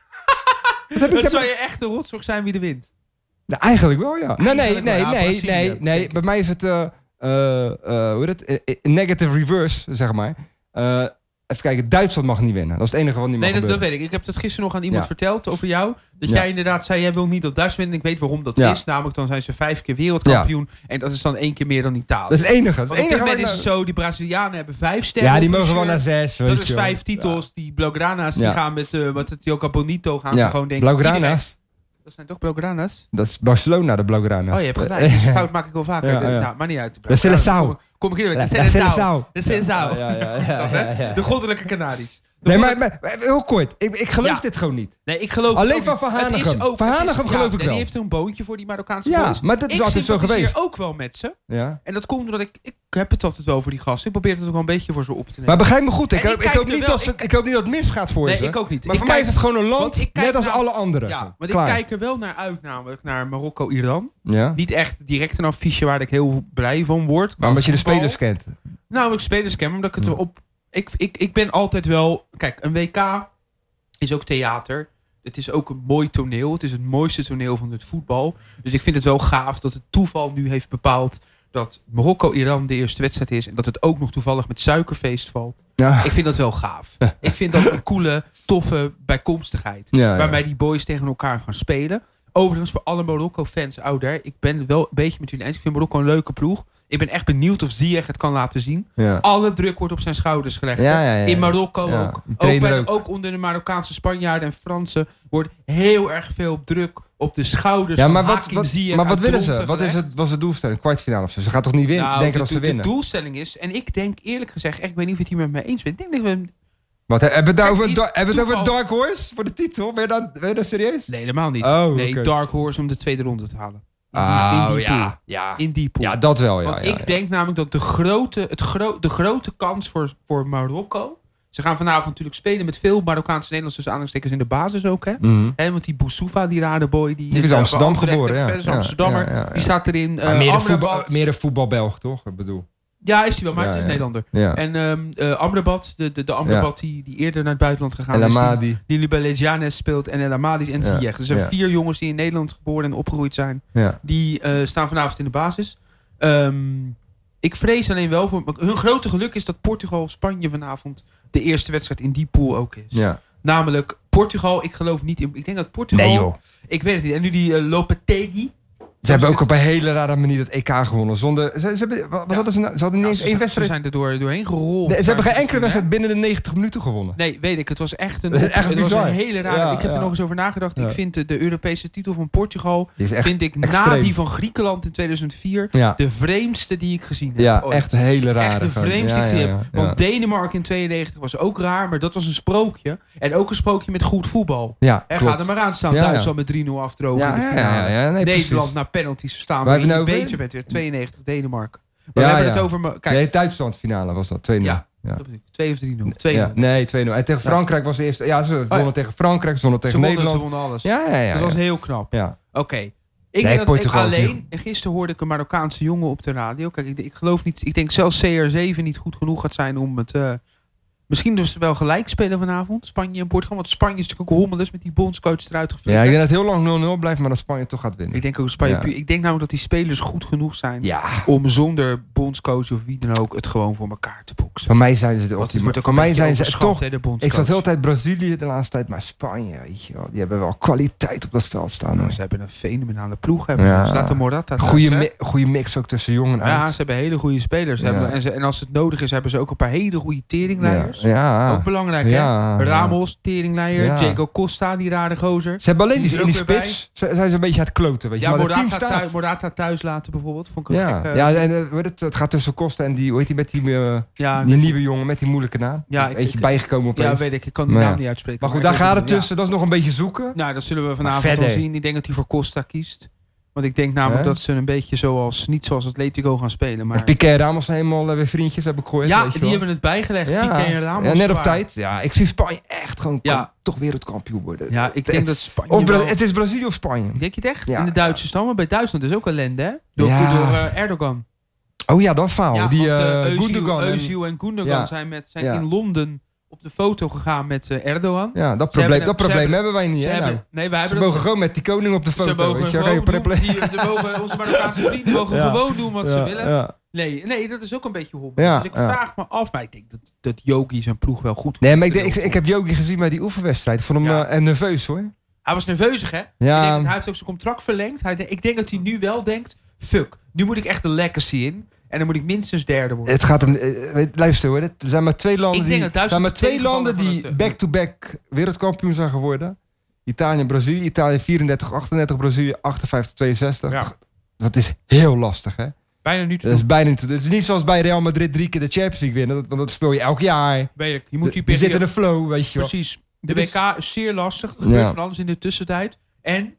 [SPEAKER 2] Wat heb ik,
[SPEAKER 1] Dat
[SPEAKER 2] heb
[SPEAKER 1] zou je echt de rotzorg zijn wie er wint.
[SPEAKER 2] Nou, eigenlijk wel, ja. Nee, nee,
[SPEAKER 1] Eigenlijk wel,
[SPEAKER 2] nee,
[SPEAKER 1] ja,
[SPEAKER 2] nee,
[SPEAKER 1] Brazilië,
[SPEAKER 2] nee,
[SPEAKER 1] denk
[SPEAKER 2] nee.
[SPEAKER 1] ik.
[SPEAKER 2] Bij mij is het, eh, eh, eh, hoe heet het? Eh, eh, negative reverse, zeg maar. Eh, even kijken, Duitsland mag niet winnen. Dat is het enige wat niet
[SPEAKER 1] Nee,
[SPEAKER 2] mag
[SPEAKER 1] dat, dat
[SPEAKER 2] gebeuren.
[SPEAKER 1] weet ik. Ik heb dat gisteren nog aan iemand
[SPEAKER 2] Ja.
[SPEAKER 1] verteld over jou. Dat
[SPEAKER 2] Ja.
[SPEAKER 1] jij inderdaad zei, jij wil niet dat Duitsland winnen. Ik weet waarom dat
[SPEAKER 2] Ja.
[SPEAKER 1] is. Namelijk, dan zijn ze vijf keer wereldkampioen. En dat is dan één keer meer dan Italië.
[SPEAKER 2] Dat is het enige. Dat is
[SPEAKER 1] Want
[SPEAKER 2] het
[SPEAKER 1] op dit
[SPEAKER 2] enige
[SPEAKER 1] moment is
[SPEAKER 2] wat-
[SPEAKER 1] het zo, die Brazilianen hebben vijf sterren.
[SPEAKER 2] Ja, die
[SPEAKER 1] op hun
[SPEAKER 2] mogen wel naar
[SPEAKER 1] shirt.
[SPEAKER 2] zes,
[SPEAKER 1] Dat
[SPEAKER 2] weet
[SPEAKER 1] is
[SPEAKER 2] je wel.
[SPEAKER 1] vijf titels. Die Blaugrana's, die
[SPEAKER 2] Ja.
[SPEAKER 1] gaan met, uh, met het Joca Bonito gaan
[SPEAKER 2] Ja,
[SPEAKER 1] ze gewoon denken.
[SPEAKER 2] Blaugrana's.
[SPEAKER 1] iedereen- Dat zijn toch Blaugrana's?
[SPEAKER 2] Dat is Barcelona, de Blaugrana's.
[SPEAKER 1] Oh, je hebt gelijk. Deze fout maak ik wel vaker.
[SPEAKER 2] Ja, ja.
[SPEAKER 1] Nou, maar niet uit.
[SPEAKER 2] De Seleção.
[SPEAKER 1] Kom, kom ik hier
[SPEAKER 2] La-
[SPEAKER 1] De
[SPEAKER 2] La
[SPEAKER 1] Seleção.
[SPEAKER 2] Seleção.
[SPEAKER 1] De Seleção.
[SPEAKER 2] Ja, ja, ja,
[SPEAKER 1] Snap je?
[SPEAKER 2] ja, ja.
[SPEAKER 1] De goddelijke Canaries. De
[SPEAKER 2] Nee,
[SPEAKER 1] goddelijke-
[SPEAKER 2] maar, maar- maar heel kort. Ik, ik geloof
[SPEAKER 1] Ja.
[SPEAKER 2] dit gewoon niet.
[SPEAKER 1] Nee, ik geloof
[SPEAKER 2] Alleen
[SPEAKER 1] het ook
[SPEAKER 2] van
[SPEAKER 1] niet.
[SPEAKER 2] Van
[SPEAKER 1] Het is
[SPEAKER 2] Hanegem.
[SPEAKER 1] ook-
[SPEAKER 2] Van
[SPEAKER 1] het is-
[SPEAKER 2] Hanegem
[SPEAKER 1] ja,
[SPEAKER 2] geloof ik
[SPEAKER 1] en
[SPEAKER 2] wel.
[SPEAKER 1] Die heeft er een boontje voor die Marokkaanse
[SPEAKER 2] Ja,
[SPEAKER 1] boys.
[SPEAKER 2] maar dat is altijd zo
[SPEAKER 1] sympathiseer
[SPEAKER 2] geweest.
[SPEAKER 1] ook wel met ze.
[SPEAKER 2] Ja.
[SPEAKER 1] En dat komt omdat ik... Ik heb het altijd wel voor die gasten. Ik probeer het ook wel een beetje voor ze op te nemen.
[SPEAKER 2] Maar begrijp me goed. Ik,
[SPEAKER 1] En ik
[SPEAKER 2] hoop, ik,
[SPEAKER 1] kijk
[SPEAKER 2] hoop
[SPEAKER 1] er
[SPEAKER 2] niet
[SPEAKER 1] wel-
[SPEAKER 2] dat ze,
[SPEAKER 1] ik-
[SPEAKER 2] ik hoop niet dat het misgaat voor
[SPEAKER 1] Nee,
[SPEAKER 2] ze.
[SPEAKER 1] ik ook niet.
[SPEAKER 2] Maar
[SPEAKER 1] Ik
[SPEAKER 2] voor mij
[SPEAKER 1] kijk-
[SPEAKER 2] is het gewoon een
[SPEAKER 1] want
[SPEAKER 2] land,
[SPEAKER 1] ik kijk
[SPEAKER 2] net als
[SPEAKER 1] naar-
[SPEAKER 2] alle anderen.
[SPEAKER 1] Ja, maar
[SPEAKER 2] Klaar.
[SPEAKER 1] ik kijk er wel naar uit namelijk. Naar Marokko-Iran.
[SPEAKER 2] Ja?
[SPEAKER 1] Niet echt direct een affiche waar ik heel blij van word.
[SPEAKER 2] Maar omdat je de
[SPEAKER 1] voetbal.
[SPEAKER 2] spelers kent.
[SPEAKER 1] Nou, ik spelers ken, omdat ik het
[SPEAKER 2] Ja.
[SPEAKER 1] erop... Ik, ik, ik ben altijd wel... Kijk, een W K is ook theater. Het is ook een mooi toneel. Het is het mooiste toneel van het voetbal. Dus ik vind het wel gaaf dat het toeval nu heeft bepaald dat Marokko-Iran de eerste wedstrijd is. En dat het ook nog toevallig met suikerfeest valt.
[SPEAKER 2] Ja.
[SPEAKER 1] Ik vind dat wel gaaf. Ik vind dat een coole, toffe bijkomstigheid.
[SPEAKER 2] Ja, ja.
[SPEAKER 1] Waarbij die boys tegen elkaar gaan spelen. Overigens, voor alle Marokko-fans ouder. Ik ben het wel een beetje met jullie eens. Ik vind Marokko een leuke ploeg. Ik ben echt benieuwd of Ziyech het kan laten zien.
[SPEAKER 2] Ja.
[SPEAKER 1] Alle druk wordt op zijn schouders gelegd.
[SPEAKER 2] Ja,
[SPEAKER 1] hè.
[SPEAKER 2] ja, ja.
[SPEAKER 1] In Marokko
[SPEAKER 2] Ja,
[SPEAKER 1] ook.
[SPEAKER 2] die
[SPEAKER 1] Ook,
[SPEAKER 2] trainer
[SPEAKER 1] bij de-
[SPEAKER 2] ook.
[SPEAKER 1] ook onder de Marokkaanse Spanjaarden en Fransen wordt heel erg veel druk op de schouders
[SPEAKER 2] Ja,
[SPEAKER 1] van
[SPEAKER 2] maar wat,
[SPEAKER 1] Hakim
[SPEAKER 2] wat,
[SPEAKER 1] Ziyech
[SPEAKER 2] maar wat
[SPEAKER 1] uit
[SPEAKER 2] willen ze?
[SPEAKER 1] Dronten
[SPEAKER 2] Wat is
[SPEAKER 1] gelegd.
[SPEAKER 2] het, was de doelstelling? Kwartfinale of zo? Ze gaat toch niet winnen?
[SPEAKER 1] Nou,
[SPEAKER 2] denken
[SPEAKER 1] de,
[SPEAKER 2] dat ze
[SPEAKER 1] de-
[SPEAKER 2] winnen?
[SPEAKER 1] De doelstelling is, en ik denk eerlijk gezegd, echt, ik weet niet of je het hier met mij eens bent. Ik denk dat we...
[SPEAKER 2] Wat, hebben we het nou
[SPEAKER 1] Kijk,
[SPEAKER 2] over,
[SPEAKER 1] is
[SPEAKER 2] da- hebben we het over
[SPEAKER 1] toeval.
[SPEAKER 2] Dark Horse voor de titel? Ben je dan, ben je dan serieus?
[SPEAKER 1] Nee, helemaal niet.
[SPEAKER 2] Oh,
[SPEAKER 1] nee,
[SPEAKER 2] oké.
[SPEAKER 1] Dark Horse om de tweede ronde te halen. In die-
[SPEAKER 2] Oh,
[SPEAKER 1] in die
[SPEAKER 2] ja.
[SPEAKER 1] pool.
[SPEAKER 2] Ja.
[SPEAKER 1] In die pool.
[SPEAKER 2] Ja, dat wel. Ja,
[SPEAKER 1] Want
[SPEAKER 2] ja,
[SPEAKER 1] ik
[SPEAKER 2] ja.
[SPEAKER 1] denk namelijk dat de grote, het gro- de grote kans voor, voor Marokko... Ze gaan vanavond natuurlijk spelen met veel Marokkaanse Nederlandse aanhalingstekens in de basis ook. Hè?
[SPEAKER 2] Mhm.
[SPEAKER 1] Hè, want die Boussoufa, die rare boy... Die,
[SPEAKER 2] Die is
[SPEAKER 1] eh,
[SPEAKER 2] Amsterdam
[SPEAKER 1] bij Anderlecht
[SPEAKER 2] geboren,
[SPEAKER 1] heeft
[SPEAKER 2] ja.
[SPEAKER 1] verder, is
[SPEAKER 2] Ja,
[SPEAKER 1] Amsterdammer.
[SPEAKER 2] ja, ja, ja.
[SPEAKER 1] Die staat erin.
[SPEAKER 2] Maar
[SPEAKER 1] eh,
[SPEAKER 2] meer, een
[SPEAKER 1] Amrabat.
[SPEAKER 2] voetbal, meer een voetbalbelg, toch? Ik bedoel.
[SPEAKER 1] Ja, is hij wel, maar
[SPEAKER 2] Ja,
[SPEAKER 1] het is
[SPEAKER 2] ja.
[SPEAKER 1] Nederlander.
[SPEAKER 2] Ja.
[SPEAKER 1] En ehm eh, Amrabat, de, de, de Amrabat die, die eerder naar het buitenland gegaan
[SPEAKER 2] El
[SPEAKER 1] is. Die,
[SPEAKER 2] Amadi.
[SPEAKER 1] die nu bij Leganes speelt. En El Amadi en
[SPEAKER 2] Ja,
[SPEAKER 1] Ziyech. Dus er zijn
[SPEAKER 2] ja.
[SPEAKER 1] vier jongens die in Nederland geboren en opgegroeid zijn.
[SPEAKER 2] Ja.
[SPEAKER 1] Die eh, staan vanavond in de basis. Ehm, ik ik vrees alleen wel voor... Hun grote geluk is dat Portugal-Spanje vanavond de eerste wedstrijd in die pool ook is.
[SPEAKER 2] Ja.
[SPEAKER 1] Namelijk Portugal, ik geloof niet in... Ik denk dat Portugal...
[SPEAKER 2] Nee joh.
[SPEAKER 1] Ik weet het niet. En nu die uh, Lopetegui...
[SPEAKER 2] Ze hebben ook op een hele rare manier dat E K gewonnen. Zonder, ze, ze, hebben, wat
[SPEAKER 1] Ja.
[SPEAKER 2] hadden ze, nou? Ze hadden niet
[SPEAKER 1] Ja,
[SPEAKER 2] eens
[SPEAKER 1] ze,
[SPEAKER 2] één
[SPEAKER 1] zijn-
[SPEAKER 2] wedstrijd.
[SPEAKER 1] ze zijn er door, doorheen gerold.
[SPEAKER 2] Nee, ze hebben geen enkele
[SPEAKER 1] Hè?
[SPEAKER 2] wedstrijd binnen de negentig minuten gewonnen.
[SPEAKER 1] Nee, weet ik. Het was echt een,
[SPEAKER 2] Dat is echt
[SPEAKER 1] het was
[SPEAKER 2] bizar.
[SPEAKER 1] een hele rare...
[SPEAKER 2] Ja,
[SPEAKER 1] ik heb
[SPEAKER 2] ja.
[SPEAKER 1] er nog eens over nagedacht.
[SPEAKER 2] Ja.
[SPEAKER 1] Ik vind de, de Europese titel van Portugal...
[SPEAKER 2] Die is echt
[SPEAKER 1] vind ik na
[SPEAKER 2] extreem.
[SPEAKER 1] die van Griekenland in tweeduizend vier...
[SPEAKER 2] Ja,
[SPEAKER 1] de vreemdste die ik gezien heb.
[SPEAKER 2] ja
[SPEAKER 1] ooit.
[SPEAKER 2] echt een hele rare.
[SPEAKER 1] Echt de
[SPEAKER 2] gewoon.
[SPEAKER 1] vreemdste
[SPEAKER 2] Ja,
[SPEAKER 1] die ik
[SPEAKER 2] ja,
[SPEAKER 1] gezien heb.
[SPEAKER 2] ja, ja.
[SPEAKER 1] Want Denemarken in tweeënnegentig was ook raar, maar dat was een sprookje. En ook een sprookje met goed voetbal.
[SPEAKER 2] Ja,
[SPEAKER 1] En
[SPEAKER 2] klopt.
[SPEAKER 1] ga er maar aan staan.
[SPEAKER 2] Ja, ja.
[SPEAKER 1] Duitsland met drie nul afdrogen
[SPEAKER 2] Ja,
[SPEAKER 1] in de
[SPEAKER 2] ja,
[SPEAKER 1] finale.
[SPEAKER 2] ja, ja, nee,
[SPEAKER 1] Nederland
[SPEAKER 2] precies.
[SPEAKER 1] naar penalties staan.
[SPEAKER 2] Waar
[SPEAKER 1] Maar
[SPEAKER 2] hebben
[SPEAKER 1] je
[SPEAKER 2] we
[SPEAKER 1] een
[SPEAKER 2] nou
[SPEAKER 1] beetje
[SPEAKER 2] over?
[SPEAKER 1] bent weer. tweeënnegentig Denemarken. Maar
[SPEAKER 2] Ja,
[SPEAKER 1] we hebben
[SPEAKER 2] ja.
[SPEAKER 1] het over... me- Kijk,
[SPEAKER 2] Nee, Duitsland finale was dat. twee nul.
[SPEAKER 1] Ja.
[SPEAKER 2] Ja.
[SPEAKER 1] dat bedoel ik. twee of drie nul. twee nul.
[SPEAKER 2] Ja, nee, twee nul. En tegen
[SPEAKER 1] Ja.
[SPEAKER 2] Frankrijk was de eerste... Ja, ze wonnen
[SPEAKER 1] ja.
[SPEAKER 2] tegen Frankrijk, ze wonnen
[SPEAKER 1] Ze
[SPEAKER 2] tegen
[SPEAKER 1] wonnen, ze
[SPEAKER 2] Nederland.
[SPEAKER 1] wonnen alles.
[SPEAKER 2] Ja, ja, ja.
[SPEAKER 1] dat was
[SPEAKER 2] ja.
[SPEAKER 1] heel knap.
[SPEAKER 2] ja.
[SPEAKER 1] Oké. Ik
[SPEAKER 2] Nee,
[SPEAKER 1] denk dat ik
[SPEAKER 2] Portugal is
[SPEAKER 1] alleen... En gisteren hoorde ik een Marokkaanse jongen op de radio. Kijk, ik, ik geloof niet... Ik denk zelfs C R zeven niet goed genoeg gaat zijn om het... Uh, misschien dus wel gelijk spelen vanavond. Spanje en Portugal. Want Spanje is natuurlijk ook hommeles met die bondscoach eruit
[SPEAKER 2] Ja,
[SPEAKER 1] geflikkerd.
[SPEAKER 2] ik denk dat het heel lang nul nul blijft, maar dat Spanje toch gaat winnen.
[SPEAKER 1] Ik denk ook dat Spanje...
[SPEAKER 2] Ja.
[SPEAKER 1] puur- Ik denk namelijk dat die spelers goed genoeg zijn...
[SPEAKER 2] Ja,
[SPEAKER 1] om zonder bondscoach of wie dan ook het gewoon voor elkaar te boksen.
[SPEAKER 2] van mij zijn ze de
[SPEAKER 1] Want het
[SPEAKER 2] ultieme.
[SPEAKER 1] wordt ook
[SPEAKER 2] Van
[SPEAKER 1] een
[SPEAKER 2] mij
[SPEAKER 1] beetje
[SPEAKER 2] zijn ze
[SPEAKER 1] overschat,
[SPEAKER 2] toch...
[SPEAKER 1] hè, de
[SPEAKER 2] Ik
[SPEAKER 1] bondscoach.
[SPEAKER 2] zat de hele tijd Brazilië de laatste tijd, maar Spanje, weet je wel. Die hebben wel kwaliteit op dat veld staan.
[SPEAKER 1] Nou,
[SPEAKER 2] hoor.
[SPEAKER 1] ze hebben een fenomenale ploeg. Hebben
[SPEAKER 2] Ja.
[SPEAKER 1] ze. Ze laten Morata thuis,
[SPEAKER 2] Goeie,
[SPEAKER 1] hè?
[SPEAKER 2] mi- goeie mix ook tussen jong en
[SPEAKER 1] Ja,
[SPEAKER 2] oud.
[SPEAKER 1] ze hebben hele goede spelers. Ze
[SPEAKER 2] Ja.
[SPEAKER 1] hebben, en, ze, en als het nodig is, hebben ze ook een paar hele goede teringleiders.
[SPEAKER 2] Ja, ja.
[SPEAKER 1] Ook belangrijk,
[SPEAKER 2] Ja.
[SPEAKER 1] hè? Ramos, teringleider.
[SPEAKER 2] Ja.
[SPEAKER 1] Diego Costa, die rare gozer.
[SPEAKER 2] Ze hebben alleen
[SPEAKER 1] Die
[SPEAKER 2] die,
[SPEAKER 1] is
[SPEAKER 2] in die
[SPEAKER 1] er ook weer
[SPEAKER 2] spits, ze- zijn ze een beetje aan het kloten, weet je.
[SPEAKER 1] Ja,
[SPEAKER 2] maar het team
[SPEAKER 1] Morata,
[SPEAKER 2] staat.
[SPEAKER 1] thuis, Morata thuis laten bijvoorbeeld. Vond ik een
[SPEAKER 2] Ja,
[SPEAKER 1] gek. eh,
[SPEAKER 2] ja en, uh, weet het, het gaat tussen Costa en die, hoe heet die, met die, uh,
[SPEAKER 1] ja,
[SPEAKER 2] die nieuwe jongen met die moeilijke naam.
[SPEAKER 1] Ja,
[SPEAKER 2] Een
[SPEAKER 1] ik-
[SPEAKER 2] beetje
[SPEAKER 1] ik-
[SPEAKER 2] bijgekomen opeens.
[SPEAKER 1] ja, weet ik. Ik kan die
[SPEAKER 2] Maar
[SPEAKER 1] naam
[SPEAKER 2] ja.
[SPEAKER 1] niet uitspreken.
[SPEAKER 2] Maar goed,
[SPEAKER 1] ik
[SPEAKER 2] daar
[SPEAKER 1] weet
[SPEAKER 2] gaat
[SPEAKER 1] het
[SPEAKER 2] het
[SPEAKER 1] wel,
[SPEAKER 2] tussen. Dat is nog een beetje zoeken.
[SPEAKER 1] ja. Nou, dat zullen we vanavond
[SPEAKER 2] Maar
[SPEAKER 1] wel
[SPEAKER 2] verder.
[SPEAKER 1] zien. Ik denk dat hij voor Costa kiest. Want ik denk namelijk
[SPEAKER 2] Hè?
[SPEAKER 1] dat ze een beetje zoals, niet zoals Atletico gaan spelen. Maar
[SPEAKER 2] En Piqué en Ramos zijn helemaal uh, weer vriendjes, heb ik gehoord.
[SPEAKER 1] ja,
[SPEAKER 2] weet je
[SPEAKER 1] die
[SPEAKER 2] wel.
[SPEAKER 1] hebben het bijgelegd.
[SPEAKER 2] ja.
[SPEAKER 1] Piqué en Ramos.
[SPEAKER 2] ja, net op
[SPEAKER 1] zwaar.
[SPEAKER 2] tijd. Ja, ik zie Spanje echt gewoon
[SPEAKER 1] Ja.
[SPEAKER 2] kan toch wereldkampioen worden.
[SPEAKER 1] Ja, ik denk dat Spanje
[SPEAKER 2] Of Bra-
[SPEAKER 1] wel-
[SPEAKER 2] het is Brazilië of Spanje.
[SPEAKER 1] Denk je het echt?
[SPEAKER 2] Ja,
[SPEAKER 1] in de Duitse stam, maar bij Duitsland is ook ellende, hè? Door,
[SPEAKER 2] Ja.
[SPEAKER 1] door uh, Erdogan.
[SPEAKER 2] Oh ja, dan faal.
[SPEAKER 1] Ja,
[SPEAKER 2] die
[SPEAKER 1] want,
[SPEAKER 2] uh,
[SPEAKER 1] uh, Özil,
[SPEAKER 2] Gundogan. en-
[SPEAKER 1] Özil en Gundogan
[SPEAKER 2] Ja.
[SPEAKER 1] zijn, met, zijn
[SPEAKER 2] Ja.
[SPEAKER 1] in Londen op de foto gegaan met uh, Erdogan.
[SPEAKER 2] Ja, dat
[SPEAKER 1] Ze
[SPEAKER 2] probleem,
[SPEAKER 1] hebben-
[SPEAKER 2] dat
[SPEAKER 1] ze
[SPEAKER 2] probleem
[SPEAKER 1] hebben-
[SPEAKER 2] hebben wij niet.
[SPEAKER 1] Ze
[SPEAKER 2] Hè,
[SPEAKER 1] hebben,
[SPEAKER 2] nou.
[SPEAKER 1] nee, wij
[SPEAKER 2] Ze
[SPEAKER 1] hebben
[SPEAKER 2] mogen
[SPEAKER 1] dat...
[SPEAKER 2] gewoon met die koning op de foto.
[SPEAKER 1] Ze mogen
[SPEAKER 2] weet je,
[SPEAKER 1] gewoon
[SPEAKER 2] geen
[SPEAKER 1] doen,
[SPEAKER 2] probleem.
[SPEAKER 1] die, de mogen, onze Marokkaanse vrienden mogen
[SPEAKER 2] Ja.
[SPEAKER 1] gewoon doen wat ze
[SPEAKER 2] Ja,
[SPEAKER 1] willen.
[SPEAKER 2] ja.
[SPEAKER 1] Nee, nee, dat is ook een beetje hobbel.
[SPEAKER 2] Ja,
[SPEAKER 1] dus ik
[SPEAKER 2] ja.
[SPEAKER 1] vraag me af, maar ik denk dat, dat Yogi zijn ploeg wel goed
[SPEAKER 2] Nee, maar ik, denk,
[SPEAKER 1] doet.
[SPEAKER 2] ik, ik heb Yogi gezien bij die oefenwedstrijd. Ik vond hem
[SPEAKER 1] Ja.
[SPEAKER 2] uh, nerveus hoor.
[SPEAKER 1] Hij was nerveus, hè?
[SPEAKER 2] Ja.
[SPEAKER 1] Ik denk dat hij heeft ook zijn contract verlengd. Hij, ik denk dat hij nu wel denkt, fuck, nu moet ik echt de legacy in. En dan moet ik minstens derde worden.
[SPEAKER 2] Het gaat hem. uh, weet- luister hoor, er zijn maar twee landen
[SPEAKER 1] Ik denk
[SPEAKER 2] die,
[SPEAKER 1] dat
[SPEAKER 2] er zijn
[SPEAKER 1] Duitsland
[SPEAKER 2] maar
[SPEAKER 1] de
[SPEAKER 2] twee
[SPEAKER 1] tegenvaller
[SPEAKER 2] landen
[SPEAKER 1] van
[SPEAKER 2] die
[SPEAKER 1] het, uh,
[SPEAKER 2] back-to-back wereldkampioen zijn geworden. Italië en Brazilië. Italië vierendertig achtendertig, Brazilië achtenvijftig tweeënzestig.
[SPEAKER 1] Ja.
[SPEAKER 2] Dat is heel lastig hè.
[SPEAKER 1] Bijna nu te
[SPEAKER 2] Dat is
[SPEAKER 1] doen.
[SPEAKER 2] bijna niet. Het is niet zoals bij Real Madrid drie keer de Champions League winnen. Dat, want dat speel je elk jaar.
[SPEAKER 1] Weet ik. Je moet die
[SPEAKER 2] Je zit in
[SPEAKER 1] periode...
[SPEAKER 2] de flow, weet je wel.
[SPEAKER 1] Precies. De
[SPEAKER 2] Dit is-
[SPEAKER 1] W K is zeer lastig. Er gebeurt
[SPEAKER 2] Ja.
[SPEAKER 1] van alles in de tussentijd. En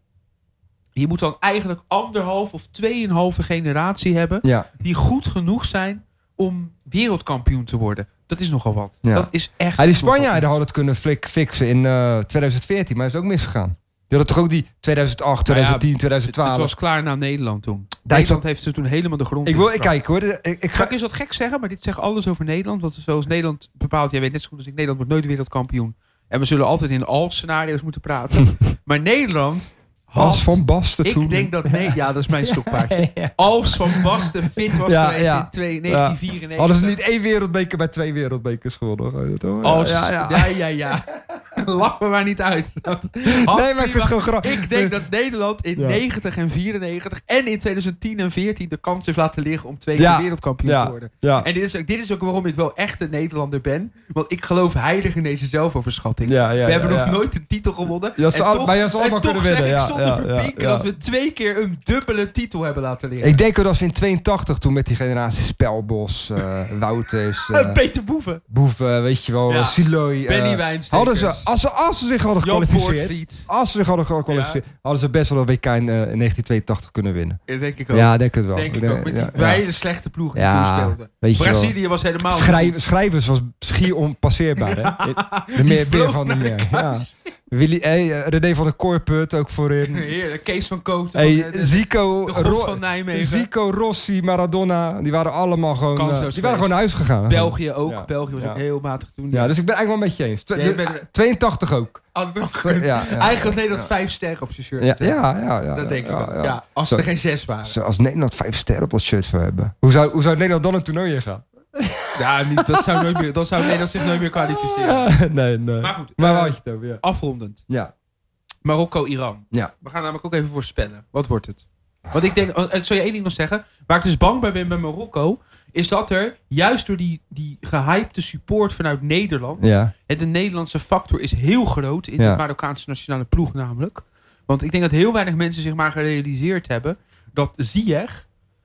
[SPEAKER 1] je moet dan eigenlijk anderhalf of tweeënhalve generatie hebben...
[SPEAKER 2] Ja.
[SPEAKER 1] die goed genoeg zijn om wereldkampioen te worden. Dat is nogal wat.
[SPEAKER 2] Ja.
[SPEAKER 1] Dat is echt...
[SPEAKER 2] Ja, die
[SPEAKER 1] nogal
[SPEAKER 2] Spanjaarden
[SPEAKER 1] wat.
[SPEAKER 2] hadden het kunnen flik, fixen in uh, twintig veertien, maar dat is ook misgegaan. Die hadden toch ook die tweeduizend acht, tweeduizend tien,
[SPEAKER 1] Het,
[SPEAKER 2] tweeduizend twaalf.
[SPEAKER 1] het was klaar na Nederland toen. Nederland heeft ze toen helemaal de grond
[SPEAKER 2] Ik wil ik
[SPEAKER 1] ingetrapt.
[SPEAKER 2] kijk hoor. Ik, ik
[SPEAKER 1] Ga
[SPEAKER 2] ga,
[SPEAKER 1] ik eens wat gek zeggen, maar dit zegt alles over Nederland. Want zoals Nederland bepaalt, jij weet net zo goed als ik, Nederland wordt nooit wereldkampioen. En we zullen altijd in als-scenario's moeten praten. Maar Nederland had...
[SPEAKER 2] Als Van Basten toen.
[SPEAKER 1] Ik denk dat... Nee, ja, dat is mijn stokpaardje.
[SPEAKER 2] Ja.
[SPEAKER 1] Als Van Basten fit was
[SPEAKER 2] Ja,
[SPEAKER 1] geweest
[SPEAKER 2] ja.
[SPEAKER 1] in twee- negentien vierennegentig.
[SPEAKER 2] Hadden ze niet één wereldbeker bij twee wereldbekers gewonnen? Ja,
[SPEAKER 1] Als,
[SPEAKER 2] ja,
[SPEAKER 1] ja,
[SPEAKER 2] ja.
[SPEAKER 1] ja, ja. Lach me maar niet uit. Had
[SPEAKER 2] Nee, maar ik vind
[SPEAKER 1] prima-
[SPEAKER 2] het gewoon grappig.
[SPEAKER 1] Ik denk dat Nederland in
[SPEAKER 2] Ja.
[SPEAKER 1] negentig en vierennegentig en in tweeduizend tien en veertien de kans heeft laten liggen om twee
[SPEAKER 2] Ja.
[SPEAKER 1] keer wereldkampioen
[SPEAKER 2] Ja.
[SPEAKER 1] te worden.
[SPEAKER 2] Ja.
[SPEAKER 1] En dit is, ook, dit is ook waarom ik wel echt een Nederlander ben. Want ik geloof heilig in deze zelfoverschatting.
[SPEAKER 2] Ja, ja,
[SPEAKER 1] we hebben
[SPEAKER 2] ja,
[SPEAKER 1] nog
[SPEAKER 2] ja.
[SPEAKER 1] nooit een titel gewonnen.
[SPEAKER 2] Je had ze
[SPEAKER 1] En
[SPEAKER 2] al-
[SPEAKER 1] toch-
[SPEAKER 2] maar je had ze
[SPEAKER 1] en
[SPEAKER 2] allemaal
[SPEAKER 1] toch
[SPEAKER 2] kunnen winnen,
[SPEAKER 1] zeg
[SPEAKER 2] ja,
[SPEAKER 1] ik zonder
[SPEAKER 2] ja,
[SPEAKER 1] verpinken
[SPEAKER 2] ja.
[SPEAKER 1] dat we twee keer een dubbele titel hebben laten liggen.
[SPEAKER 2] Ik denk ook dat ze in tweeëntachtig toen met die generatie Spelbos, uh, Wouters, uh,
[SPEAKER 1] Peter Boeven.
[SPEAKER 2] Boeven, weet je wel,
[SPEAKER 1] Ja.
[SPEAKER 2] Siloy.
[SPEAKER 1] Benny
[SPEAKER 2] uh,
[SPEAKER 1] Wijnstekers.
[SPEAKER 2] hadden ze, als, ze, als ze zich hadden
[SPEAKER 1] Jan
[SPEAKER 2] gekwalificeerd,
[SPEAKER 1] Poortvliet.
[SPEAKER 2] als ze zich hadden gekwalificeerd, hadden ze best wel een W K in, uh, in negentien tweeëntachtig kunnen winnen.
[SPEAKER 1] Dat denk ik ook.
[SPEAKER 2] Ja, denk het wel.
[SPEAKER 1] denk ik ook. Met die
[SPEAKER 2] ja, ja.
[SPEAKER 1] hele slechte ploeg die
[SPEAKER 2] Ja,
[SPEAKER 1] toen speelde.
[SPEAKER 2] weet je wel.
[SPEAKER 1] Brazilië was helemaal niet
[SPEAKER 2] Schrijven,
[SPEAKER 1] goed.
[SPEAKER 2] schrijvers was schier onpasseerbaar, hè? De
[SPEAKER 1] Die
[SPEAKER 2] meer beer
[SPEAKER 1] vloog
[SPEAKER 2] van de
[SPEAKER 1] naar
[SPEAKER 2] meer.
[SPEAKER 1] de
[SPEAKER 2] Ja.
[SPEAKER 1] kruis.
[SPEAKER 2] Willy, hey, René van der Korput ook voorin.
[SPEAKER 1] Heerlijk, Kees van Kooten.
[SPEAKER 2] Hey,
[SPEAKER 1] de, de,
[SPEAKER 2] Zico,
[SPEAKER 1] de god
[SPEAKER 2] Ro-
[SPEAKER 1] van Nijmegen.
[SPEAKER 2] Zico, Rossi, Maradona, die waren allemaal gewoon, uh, die
[SPEAKER 1] geweest.
[SPEAKER 2] waren gewoon naar huis gegaan.
[SPEAKER 1] België ook.
[SPEAKER 2] Ja.
[SPEAKER 1] België was
[SPEAKER 2] Ja.
[SPEAKER 1] ook heel matig toen.
[SPEAKER 2] Ja, dus ik ben eigenlijk wel met je eens. Tw-
[SPEAKER 1] Ja,
[SPEAKER 2] de-
[SPEAKER 1] je bent-
[SPEAKER 2] tweeëntachtig ook.
[SPEAKER 1] Had het ook
[SPEAKER 2] Twe-
[SPEAKER 1] gekund.
[SPEAKER 2] ja, ja,
[SPEAKER 1] Eigenlijk had
[SPEAKER 2] ja,
[SPEAKER 1] Nederland
[SPEAKER 2] ja.
[SPEAKER 1] vijf sterren op zijn shirt.
[SPEAKER 2] Ja, ja, ja, ja.
[SPEAKER 1] Dat denk ik
[SPEAKER 2] ja,
[SPEAKER 1] wel.
[SPEAKER 2] ja.
[SPEAKER 1] Ja, als
[SPEAKER 2] Zo.
[SPEAKER 1] er geen zes waren.
[SPEAKER 2] Zo, als Nederland vijf sterren op ons shirt zou hebben. Hoe zou, hoe zou Nederland dan een toernooi in gaan?
[SPEAKER 1] Ja, niet, dat zou nooit meer, dat zou Nederland zich nooit meer kwalificeren.
[SPEAKER 2] Ja, nee, nee.
[SPEAKER 1] Maar goed,
[SPEAKER 2] Maar
[SPEAKER 1] eh,
[SPEAKER 2] waar had je het over? Ja.
[SPEAKER 1] Afrondend.
[SPEAKER 2] Ja.
[SPEAKER 1] Marokko-Iran.
[SPEAKER 2] Ja.
[SPEAKER 1] We gaan namelijk ook even voorspellen. Wat wordt het? Want ik denk, ik zal je één ding nog zeggen. Waar ik dus bang bij ben bij Marokko, is dat er, juist door die, die gehypte support vanuit Nederland,
[SPEAKER 2] Ja.
[SPEAKER 1] en de Nederlandse factor is heel groot in
[SPEAKER 2] Ja.
[SPEAKER 1] de Marokkaanse nationale ploeg namelijk. Want ik denk dat heel weinig mensen zich maar gerealiseerd hebben dat Ziyech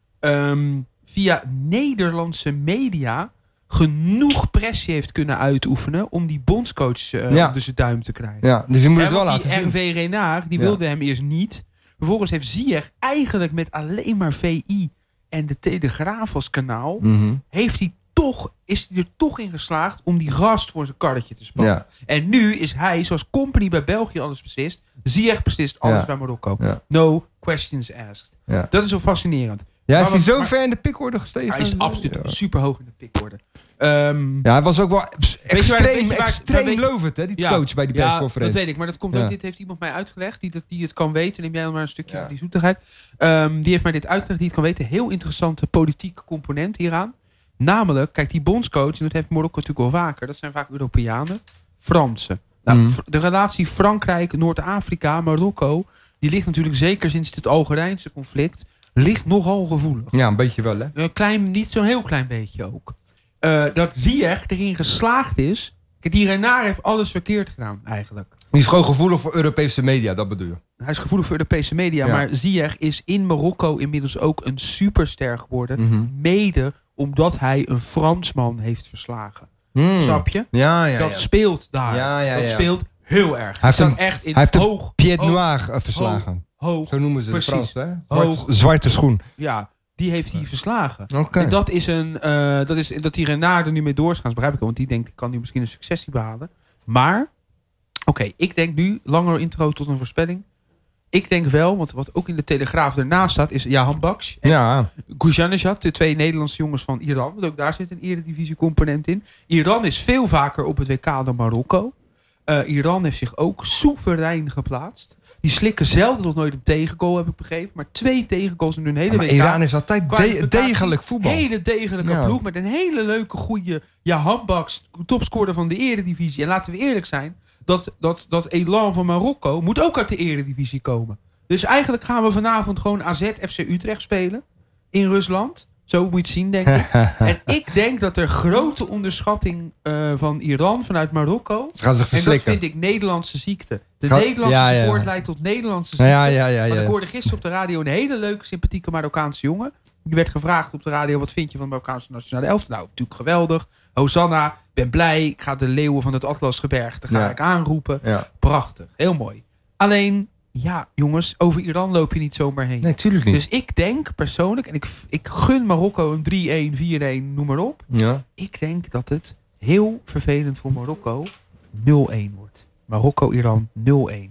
[SPEAKER 1] um, via Nederlandse media genoeg pressie heeft kunnen uitoefenen om die bondscoach uh,
[SPEAKER 2] Ja.
[SPEAKER 1] onder zijn duim te krijgen.
[SPEAKER 2] Ja, dus je moet
[SPEAKER 1] Ja,
[SPEAKER 2] het wel
[SPEAKER 1] want
[SPEAKER 2] laten
[SPEAKER 1] die
[SPEAKER 2] zien.
[SPEAKER 1] R V Renard, die
[SPEAKER 2] Ja.
[SPEAKER 1] wilde hem eerst niet. Vervolgens heeft Ziyech eigenlijk met alleen maar V I en de Telegraaf als kanaal,
[SPEAKER 2] Mhm.
[SPEAKER 1] heeft hij toch, is hij er toch in geslaagd om die gast voor zijn karretje te spannen.
[SPEAKER 2] Ja.
[SPEAKER 1] En nu is hij, zoals Company bij België alles beslist, Ziyech beslist alles
[SPEAKER 2] Ja.
[SPEAKER 1] bij Marokko.
[SPEAKER 2] Ja.
[SPEAKER 1] No questions asked.
[SPEAKER 2] Ja.
[SPEAKER 1] Dat is wel fascinerend.
[SPEAKER 2] Ja, is
[SPEAKER 1] Maar
[SPEAKER 2] hij
[SPEAKER 1] wat-
[SPEAKER 2] zo
[SPEAKER 1] maar-
[SPEAKER 2] ver in de pikorde gestegen?
[SPEAKER 1] Hij is absoluut
[SPEAKER 2] Ja.
[SPEAKER 1] super hoog in de pikorde. Um,
[SPEAKER 2] Ja, hij was ook wel
[SPEAKER 1] je waar- weet
[SPEAKER 2] extreem,
[SPEAKER 1] je waar-
[SPEAKER 2] extreem
[SPEAKER 1] maar weet je-
[SPEAKER 2] lovend, hè, die
[SPEAKER 1] Ja.
[SPEAKER 2] coach bij die
[SPEAKER 1] Ja, dat
[SPEAKER 2] persconferentie.
[SPEAKER 1] weet ik. Maar dat komt
[SPEAKER 2] Ja.
[SPEAKER 1] ook, dit heeft iemand mij uitgelegd, die, dat, die het kan weten. Neem jij dan maar een stukje
[SPEAKER 2] Ja.
[SPEAKER 1] van die zoetigheid. Um, die heeft mij dit uitgelegd, die het kan weten. Heel interessante politieke component hieraan. Namelijk, kijk, die bondscoach, en dat heeft Marokko natuurlijk wel vaker, dat zijn vaak Europeanen, Fransen. Nou,
[SPEAKER 2] Mhm.
[SPEAKER 1] v- de relatie Frankrijk, Noord-Afrika, Marokko, die ligt natuurlijk zeker sinds het Algerijnse conflict, ligt nogal gevoelig.
[SPEAKER 2] Ja, een beetje wel, hè.
[SPEAKER 1] Een klein, niet zo'n heel klein beetje ook. Uh, dat Ziyech erin geslaagd is. Kijk, die Renard heeft alles verkeerd gedaan, eigenlijk.
[SPEAKER 2] Die is gewoon gevoelig voor Europese media, dat bedoel je.
[SPEAKER 1] Hij is gevoelig voor Europese media.
[SPEAKER 2] Ja.
[SPEAKER 1] Maar Ziyech is in Marokko inmiddels ook een superster geworden.
[SPEAKER 2] Mhm.
[SPEAKER 1] Mede omdat hij een Fransman heeft verslagen.
[SPEAKER 2] Hmm.
[SPEAKER 1] Snap je?
[SPEAKER 2] Ja, ja,
[SPEAKER 1] dat
[SPEAKER 2] ja.
[SPEAKER 1] speelt daar.
[SPEAKER 2] Ja, ja,
[SPEAKER 1] dat
[SPEAKER 2] ja.
[SPEAKER 1] speelt heel erg.
[SPEAKER 2] Hij heeft
[SPEAKER 1] staat
[SPEAKER 2] hem-
[SPEAKER 1] echt in
[SPEAKER 2] Hij heeft de
[SPEAKER 1] hoog,
[SPEAKER 2] Pied
[SPEAKER 1] hoog,
[SPEAKER 2] Noir uh, verslagen.
[SPEAKER 1] hoog.
[SPEAKER 2] Zo noemen ze
[SPEAKER 1] Precies.
[SPEAKER 2] het Frans, hè?
[SPEAKER 1] Hoog.
[SPEAKER 2] Zwart- zwarte schoen.
[SPEAKER 1] Ja, die heeft hij verslagen.
[SPEAKER 2] Oké.
[SPEAKER 1] En dat is een, uh, dat is dat die Renard er nu mee doorgaat, begrijp ik wel. Want die denkt, ik kan nu misschien een successie behalen. Maar, oké, okay, ik denk nu, langer intro tot een voorspelling. Ik denk wel, want wat ook in de Telegraaf ernaast staat, is Jahan Baksh en
[SPEAKER 2] Ja.
[SPEAKER 1] Goujanejad, de twee Nederlandse jongens van Iran. Want ook daar zit een eredivisie component in. Iran is veel vaker op het W K dan Marokko. Uh, Iran heeft zich ook soeverein geplaatst. Die slikken zelden nog nooit een tegengoal, heb ik begrepen. Maar twee tegengoals in hun hele
[SPEAKER 2] Ja, maar
[SPEAKER 1] W K.
[SPEAKER 2] Iran is altijd de-
[SPEAKER 1] Kwalificatie,
[SPEAKER 2] degelijk voetbal.
[SPEAKER 1] Hele degelijke
[SPEAKER 2] Ja.
[SPEAKER 1] ploeg met een hele leuke, goede Jahan Baksh, topscorer van de eredivisie. En laten we eerlijk zijn, dat, dat, dat elan van Marokko moet ook uit de eredivisie komen. Dus eigenlijk gaan we vanavond gewoon A Z F C Utrecht spelen in Rusland. Zo moet je het zien, denk ik. En ik denk dat er grote onderschatting uh, van Iran vanuit Marokko.
[SPEAKER 2] Ze gaan zich
[SPEAKER 1] En dat
[SPEAKER 2] verslikken.
[SPEAKER 1] vind ik Nederlandse ziekte. De
[SPEAKER 2] Ga-
[SPEAKER 1] Nederlandse
[SPEAKER 2] ja, ja.
[SPEAKER 1] support leidt tot Nederlandse ziekte.
[SPEAKER 2] Ja, ja, ja.
[SPEAKER 1] Want
[SPEAKER 2] ja.
[SPEAKER 1] ik hoorde gisteren op de radio een hele leuke, sympathieke Marokkaanse jongen. Die werd gevraagd op de radio, wat vind je van de Marokkaanse nationale elftal? Nou, natuurlijk geweldig. Hosanna, ik ben blij. Ik ga de leeuwen van het Atlasgebergte ga
[SPEAKER 2] Ja.
[SPEAKER 1] ik aanroepen.
[SPEAKER 2] Ja.
[SPEAKER 1] Prachtig, heel mooi. Alleen, ja, jongens, over Iran loop je niet zomaar heen.
[SPEAKER 2] Nee, tuurlijk niet.
[SPEAKER 1] Dus ik denk persoonlijk, en ik, ik gun Marokko een drie-een, vier-een, noem maar op.
[SPEAKER 2] Ja.
[SPEAKER 1] Ik denk dat het heel vervelend voor Marokko nul-een wordt. Marokko-Iran nul-een.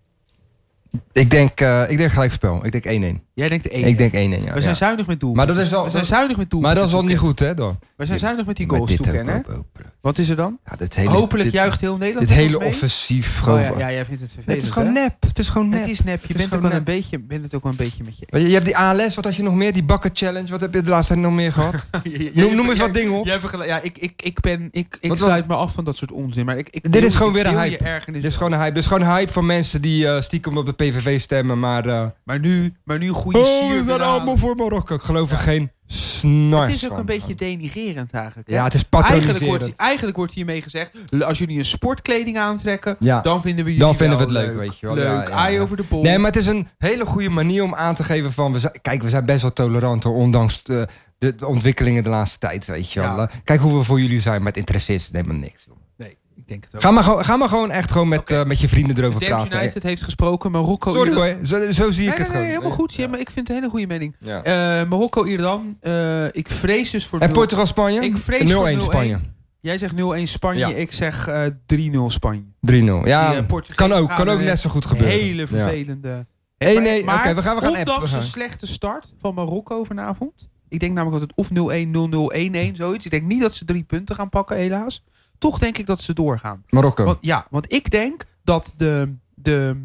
[SPEAKER 2] Ik denk, uh, ik denk gelijkspel. Ik denk één-één.
[SPEAKER 1] Jij denkt één.
[SPEAKER 2] Ik denk één-één, ja.
[SPEAKER 1] We zijn
[SPEAKER 2] ja.
[SPEAKER 1] zuinig met doel.
[SPEAKER 2] Maar dat is wel-
[SPEAKER 1] We zijn
[SPEAKER 2] dat-
[SPEAKER 1] zuinig met doel.
[SPEAKER 2] Maar dat is al niet goed, hè, dan?
[SPEAKER 1] We zijn zuinig met die
[SPEAKER 2] Maar
[SPEAKER 1] goals
[SPEAKER 2] dit
[SPEAKER 1] toekennen, hè?
[SPEAKER 2] ook, ook, ook.
[SPEAKER 1] Wat is er dan?
[SPEAKER 2] Ja, dit hele,
[SPEAKER 1] Hopelijk
[SPEAKER 2] dit,
[SPEAKER 1] juicht heel Nederland
[SPEAKER 2] dit
[SPEAKER 1] met
[SPEAKER 2] hele
[SPEAKER 1] ons mee.
[SPEAKER 2] offensief.
[SPEAKER 1] Oh,
[SPEAKER 2] gewoon
[SPEAKER 1] ja,
[SPEAKER 2] van-
[SPEAKER 1] ja, jij vindt het vervelend,
[SPEAKER 2] het is gewoon
[SPEAKER 1] hè?
[SPEAKER 2] nep. Het is gewoon nep.
[SPEAKER 1] Het is nep. Je
[SPEAKER 2] Het is
[SPEAKER 1] bent, ook
[SPEAKER 2] gewoon
[SPEAKER 1] wel een
[SPEAKER 2] nep.
[SPEAKER 1] beetje, bent het ook wel een beetje met je.
[SPEAKER 2] Je, je hebt die A L S, wat had je nog meer? Die bakken challenge. Wat heb je de laatste tijd nog meer gehad? noem, noem eens wat dingen op.
[SPEAKER 1] Jij vergel- ja, ik, ik, ik, ben, ik, ik
[SPEAKER 2] Wat
[SPEAKER 1] sluit me af van dat soort onzin. Maar ik, ik
[SPEAKER 2] Dit
[SPEAKER 1] deel-
[SPEAKER 2] is gewoon
[SPEAKER 1] ik
[SPEAKER 2] weer een
[SPEAKER 1] deel je
[SPEAKER 2] hype.
[SPEAKER 1] ergernis
[SPEAKER 2] Dit is
[SPEAKER 1] wel.
[SPEAKER 2] gewoon een hype. Dit is gewoon een hype van mensen die uh, stiekem op de P V V stemmen, maar... Uh,
[SPEAKER 1] Maar nu, maar nu een goede
[SPEAKER 2] oh,
[SPEAKER 1] sier
[SPEAKER 2] we zijn
[SPEAKER 1] weer aan.
[SPEAKER 2] allemaal voor Marokko. Ik geloof er geen snars
[SPEAKER 1] Het is ook
[SPEAKER 2] van.
[SPEAKER 1] een beetje denigrerend eigenlijk. hè?
[SPEAKER 2] Ja, het is
[SPEAKER 1] Eigenlijk wordt,
[SPEAKER 2] patroniserend.
[SPEAKER 1] eigenlijk wordt hiermee gezegd, als jullie een sportkleding aantrekken,
[SPEAKER 2] Ja.
[SPEAKER 1] dan vinden we jullie
[SPEAKER 2] Dan vinden we
[SPEAKER 1] wel
[SPEAKER 2] het leuk, weet je wel.
[SPEAKER 1] Leuk,
[SPEAKER 2] Ja, ja,
[SPEAKER 1] aai
[SPEAKER 2] ja.
[SPEAKER 1] over de bol.
[SPEAKER 2] Nee, maar het is een hele goede manier om aan te geven van... We zijn, kijk, we zijn best wel tolerant, hoor, ondanks de, de, de ontwikkelingen de laatste tijd, weet je wel.
[SPEAKER 1] Ja.
[SPEAKER 2] Kijk hoe we voor jullie zijn, maar het interesseert ze helemaal niks. Joh.
[SPEAKER 1] Nee, ik denk het ook.
[SPEAKER 2] Ga maar, gewoon, ga maar gewoon echt gewoon met,
[SPEAKER 1] Oké.
[SPEAKER 2] uh, met je vrienden erover
[SPEAKER 1] Damn
[SPEAKER 2] praten.
[SPEAKER 1] United heeft gesproken, Marokko...
[SPEAKER 2] Sorry
[SPEAKER 1] Iran-
[SPEAKER 2] hoor, zo, zo zie ik
[SPEAKER 1] Nee,
[SPEAKER 2] het
[SPEAKER 1] nee,
[SPEAKER 2] gewoon.
[SPEAKER 1] nee, helemaal goed. Ja, maar ik vind het een hele goede mening.
[SPEAKER 2] Ja.
[SPEAKER 1] Uh, Marokko-Iran, uh, ik vrees dus voor...
[SPEAKER 2] En
[SPEAKER 1] nul-
[SPEAKER 2] Portugal-Spanje?
[SPEAKER 1] Ik vrees voor
[SPEAKER 2] nul-één
[SPEAKER 1] nul-één.
[SPEAKER 2] Spanje.
[SPEAKER 1] Jij zegt nul-één Spanje,
[SPEAKER 2] Ja.
[SPEAKER 1] ik zeg uh, drie nul Spanje.
[SPEAKER 2] drie nul. Ja,
[SPEAKER 1] Die, uh,
[SPEAKER 2] kan ook, kan ook net zo goed gebeuren.
[SPEAKER 1] Hele vervelende...
[SPEAKER 2] Ja. Nee, nee, oké, okay, we gaan, we gaan
[SPEAKER 1] ondanks
[SPEAKER 2] appen, we gaan.
[SPEAKER 1] de slechte start van Marokko vanavond. Ik denk namelijk dat het of nul-één, nul-nul, één-één, zoiets. Ik denk niet dat ze drie punten gaan pakken, helaas. Toch denk ik dat ze doorgaan.
[SPEAKER 2] Marokko.
[SPEAKER 1] Want, ja, want ik denk dat, de, de,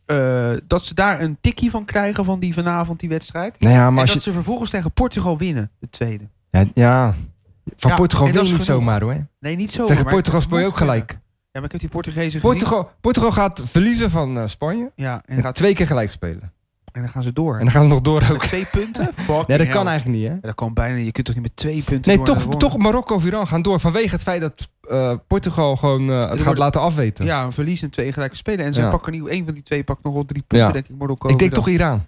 [SPEAKER 1] uh, dat ze daar een tikkie van krijgen van die vanavond, die wedstrijd.
[SPEAKER 2] Nou ja, maar
[SPEAKER 1] en
[SPEAKER 2] als
[SPEAKER 1] dat
[SPEAKER 2] je...
[SPEAKER 1] ze vervolgens tegen Portugal winnen, de tweede.
[SPEAKER 2] Ja, ja. van
[SPEAKER 1] ja,
[SPEAKER 2] Portugal win je niet
[SPEAKER 1] genoeg.
[SPEAKER 2] zomaar hoor.
[SPEAKER 1] Nee, niet zo.
[SPEAKER 2] Tegen Portugal speel je ook gelijk.
[SPEAKER 1] Ja, maar ik heb die Portugezen
[SPEAKER 2] Portugal,
[SPEAKER 1] gezien.
[SPEAKER 2] Portugal gaat verliezen van uh, Spanje.
[SPEAKER 1] Ja, en,
[SPEAKER 2] en
[SPEAKER 1] gaat
[SPEAKER 2] twee keer gelijk spelen.
[SPEAKER 1] En dan gaan ze door.
[SPEAKER 2] En dan gaan ze nog door ook.
[SPEAKER 1] Met twee punten? Fucking
[SPEAKER 2] nee, dat
[SPEAKER 1] hell.
[SPEAKER 2] kan eigenlijk niet, hè?
[SPEAKER 1] Ja, dat kan bijna niet. Je kunt toch niet met twee punten
[SPEAKER 2] Nee,
[SPEAKER 1] door
[SPEAKER 2] toch, toch Marokko of Iran gaan door. Vanwege het feit dat uh, Portugal gewoon uh, het gaat
[SPEAKER 1] wordt,
[SPEAKER 2] laten afweten.
[SPEAKER 1] Ja, een verlies en twee gelijke spelen. En ze
[SPEAKER 2] ja.
[SPEAKER 1] pakken niet. Een van die twee pakt nog wel drie punten,
[SPEAKER 2] ja.
[SPEAKER 1] denk ik. Marokko.
[SPEAKER 2] Ik denk
[SPEAKER 1] Iran.
[SPEAKER 2] toch Iran.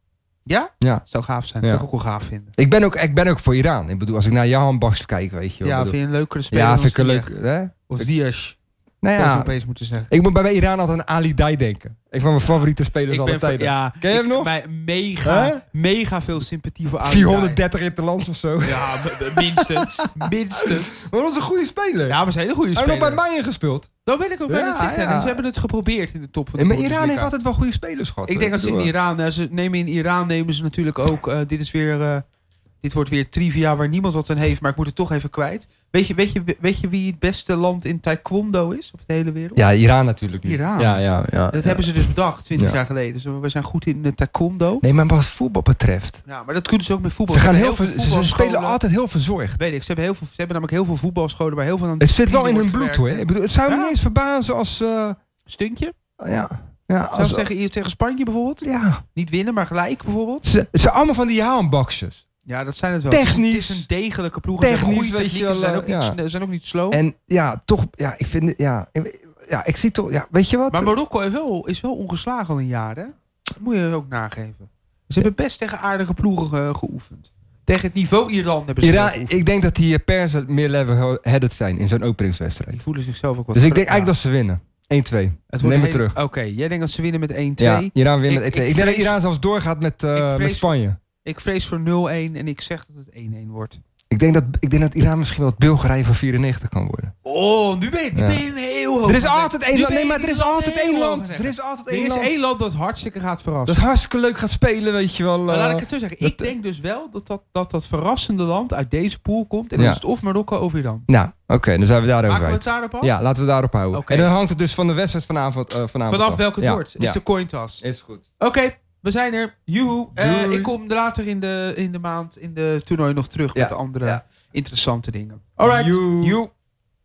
[SPEAKER 1] Ja?
[SPEAKER 2] Ja.
[SPEAKER 1] Dat zou gaaf zijn.
[SPEAKER 2] Ja.
[SPEAKER 1] Dat zou ik ook wel gaaf vinden.
[SPEAKER 2] Ik ben ook, ik ben ook voor Iran. Ik bedoel, als ik naar Jahan Baks kijk, weet je wel.
[SPEAKER 1] Ja,
[SPEAKER 2] bedoel,
[SPEAKER 1] vind je een leukere speler?
[SPEAKER 2] ja,
[SPEAKER 1] dan
[SPEAKER 2] vind ik een
[SPEAKER 1] Ziyech?
[SPEAKER 2] leuk. Hè?
[SPEAKER 1] Of Ziyech.
[SPEAKER 2] Nou
[SPEAKER 1] Dat zou
[SPEAKER 2] ja,
[SPEAKER 1] ik opeens moeten zeggen.
[SPEAKER 2] ik moet bij Iran altijd aan Ali Dai denken. Een van mijn favoriete spelers
[SPEAKER 1] Ik
[SPEAKER 2] aller
[SPEAKER 1] ben van-
[SPEAKER 2] tijden.
[SPEAKER 1] ja,
[SPEAKER 2] Ken je hem
[SPEAKER 1] ik-
[SPEAKER 2] nog?
[SPEAKER 1] Bij mega,
[SPEAKER 2] Hè?
[SPEAKER 1] mega veel sympathie voor Ali
[SPEAKER 2] vierhonderddertig in het land of zo.
[SPEAKER 1] Dai. Ja, m- minstens. minstens.
[SPEAKER 2] Maar dat was een goede speler.
[SPEAKER 1] Ja, we zijn een goede
[SPEAKER 2] Hij heeft nog
[SPEAKER 1] speler.
[SPEAKER 2] bij Bayern gespeeld.
[SPEAKER 1] Dat weet ik ook bijna
[SPEAKER 2] Ja,
[SPEAKER 1] zeggen.
[SPEAKER 2] ja.
[SPEAKER 1] Ze hebben het geprobeerd in de top van de
[SPEAKER 2] En maar
[SPEAKER 1] Bundesliga.
[SPEAKER 2] Iran heeft altijd wel goede spelers gehad.
[SPEAKER 1] Ik denk dat ze in
[SPEAKER 2] bedoel,
[SPEAKER 1] Iran, uh, ze nemen in Iran nemen ze natuurlijk ook. Uh, dit is weer, uh, dit wordt weer trivia waar niemand wat aan heeft, maar ik moet het toch even kwijt. Weet je, weet je, weet je wie het beste land in taekwondo is op de hele wereld?
[SPEAKER 2] Ja, Iran natuurlijk niet.
[SPEAKER 1] Iran.
[SPEAKER 2] Ja, ja, ja.
[SPEAKER 1] Dat
[SPEAKER 2] ja.
[SPEAKER 1] hebben ze dus bedacht twintig
[SPEAKER 2] Ja.
[SPEAKER 1] jaar geleden. Dus we zijn goed in uh, taekwondo.
[SPEAKER 2] Nee, maar wat voetbal betreft.
[SPEAKER 1] Ja, maar dat kunnen ze ook met voetbal.
[SPEAKER 2] Ze, gaan
[SPEAKER 1] hebben
[SPEAKER 2] heel veel, ze, ze
[SPEAKER 1] voetbalscholen.
[SPEAKER 2] spelen altijd heel verzorgd.
[SPEAKER 1] Weet ik, ze hebben, heel veel, ze hebben namelijk heel veel voetbalscholen waar heel veel aan
[SPEAKER 2] Het zit wel in hun
[SPEAKER 1] discipline
[SPEAKER 2] bloed
[SPEAKER 1] wordt
[SPEAKER 2] hoor. Ik
[SPEAKER 1] gewerkt,
[SPEAKER 2] bedoel, het zou me
[SPEAKER 1] Ja.
[SPEAKER 2] niet eens verbazen als... Uh,
[SPEAKER 1] Stuntje?
[SPEAKER 2] ja, ja,
[SPEAKER 1] Zelfs
[SPEAKER 2] als,
[SPEAKER 1] tegen, tegen Spanje bijvoorbeeld?
[SPEAKER 2] ja.
[SPEAKER 1] Niet winnen, maar gelijk bijvoorbeeld?
[SPEAKER 2] Ze, het zijn allemaal van die Jahan-boxers.
[SPEAKER 1] Ja, dat zijn het wel.
[SPEAKER 2] Technisch.
[SPEAKER 1] Het is een degelijke ploeg. Ze hebben
[SPEAKER 2] Technisch,
[SPEAKER 1] goede
[SPEAKER 2] weet je
[SPEAKER 1] technieken. Ze
[SPEAKER 2] wel,
[SPEAKER 1] zijn ook, niet,
[SPEAKER 2] ja.
[SPEAKER 1] sne- zijn ook niet slow.
[SPEAKER 2] En ja, toch... Ja, ik vind... het- Ja, ja ik zie toch... Ja, weet je wat?
[SPEAKER 1] Maar Marokko heeft wel, is wel ongeslagen al een jaar, hè? Dat moet je ook nageven. Ze hebben best tegen aardige ploegen ge- geoefend. Tegen het niveau Iran hebben ze
[SPEAKER 2] Iran,
[SPEAKER 1] wel geoefend.
[SPEAKER 2] ik denk dat die Persen meer level-headed zijn in zo'n openingswedstrijd.
[SPEAKER 1] Die voelen zichzelf ook wat
[SPEAKER 2] Dus ik denk
[SPEAKER 1] terug.
[SPEAKER 2] eigenlijk dat ze winnen. één twee.
[SPEAKER 1] Het
[SPEAKER 2] Neem
[SPEAKER 1] wordt
[SPEAKER 2] het
[SPEAKER 1] een hele-
[SPEAKER 2] terug.
[SPEAKER 1] Oké, jij denkt dat ze winnen met één twee.
[SPEAKER 2] Ja, Iran wint met
[SPEAKER 1] Ik-
[SPEAKER 2] één twee.
[SPEAKER 1] ik
[SPEAKER 2] Ik, denk dat
[SPEAKER 1] vrees-
[SPEAKER 2] Iran zelfs doorgaat met, uh,
[SPEAKER 1] Ik vrees-
[SPEAKER 2] met Spanje.
[SPEAKER 1] Ik vrees voor nul-één en ik zeg dat het één-één wordt.
[SPEAKER 2] Ik denk, dat, ik denk dat Iran misschien wel het Bulgarije van vierennegentig kan worden.
[SPEAKER 1] Oh, nu ben je, nu
[SPEAKER 2] Ja.
[SPEAKER 1] ben je heel hoog.
[SPEAKER 2] Er is
[SPEAKER 1] aan het
[SPEAKER 2] altijd
[SPEAKER 1] denken.
[SPEAKER 2] één
[SPEAKER 1] Nu
[SPEAKER 2] land.
[SPEAKER 1] ben
[SPEAKER 2] Nee,
[SPEAKER 1] je
[SPEAKER 2] maar er is
[SPEAKER 1] heel
[SPEAKER 2] altijd één
[SPEAKER 1] hoog aan
[SPEAKER 2] land.
[SPEAKER 1] het
[SPEAKER 2] Er
[SPEAKER 1] denken.
[SPEAKER 2] is altijd
[SPEAKER 1] Er
[SPEAKER 2] één
[SPEAKER 1] is
[SPEAKER 2] land.
[SPEAKER 1] één land dat hartstikke gaat verrassen.
[SPEAKER 2] Dat hartstikke leuk gaat spelen, weet je wel.
[SPEAKER 1] Maar
[SPEAKER 2] uh,
[SPEAKER 1] laat ik het zo zeggen. Ik
[SPEAKER 2] dat-
[SPEAKER 1] denk dus wel dat dat, dat dat verrassende land uit deze pool komt. En dan
[SPEAKER 2] Ja.
[SPEAKER 1] is het of Marokko of Iran.
[SPEAKER 2] Nou, oké, okay, dan zijn we daarover
[SPEAKER 1] Maken we het
[SPEAKER 2] uit.
[SPEAKER 1] daarop af?
[SPEAKER 2] Ja, laten we daarop houden.
[SPEAKER 1] Oké.
[SPEAKER 2] En dan hangt het dus van de wedstrijd vanavond, uh, vanavond
[SPEAKER 1] Vanaf
[SPEAKER 2] af.
[SPEAKER 1] welk het
[SPEAKER 2] ja.
[SPEAKER 1] wordt. Het
[SPEAKER 2] Ja.
[SPEAKER 1] is een cointas.
[SPEAKER 2] Is goed.
[SPEAKER 1] Oké, we zijn er. Joehoe. Eh,
[SPEAKER 2] Doei.
[SPEAKER 1] ik kom later in de, in de maand in de toernooi nog terug
[SPEAKER 2] Ja.
[SPEAKER 1] met de andere
[SPEAKER 2] Ja.
[SPEAKER 1] interessante dingen. Alright.
[SPEAKER 2] Joe.
[SPEAKER 1] Joe.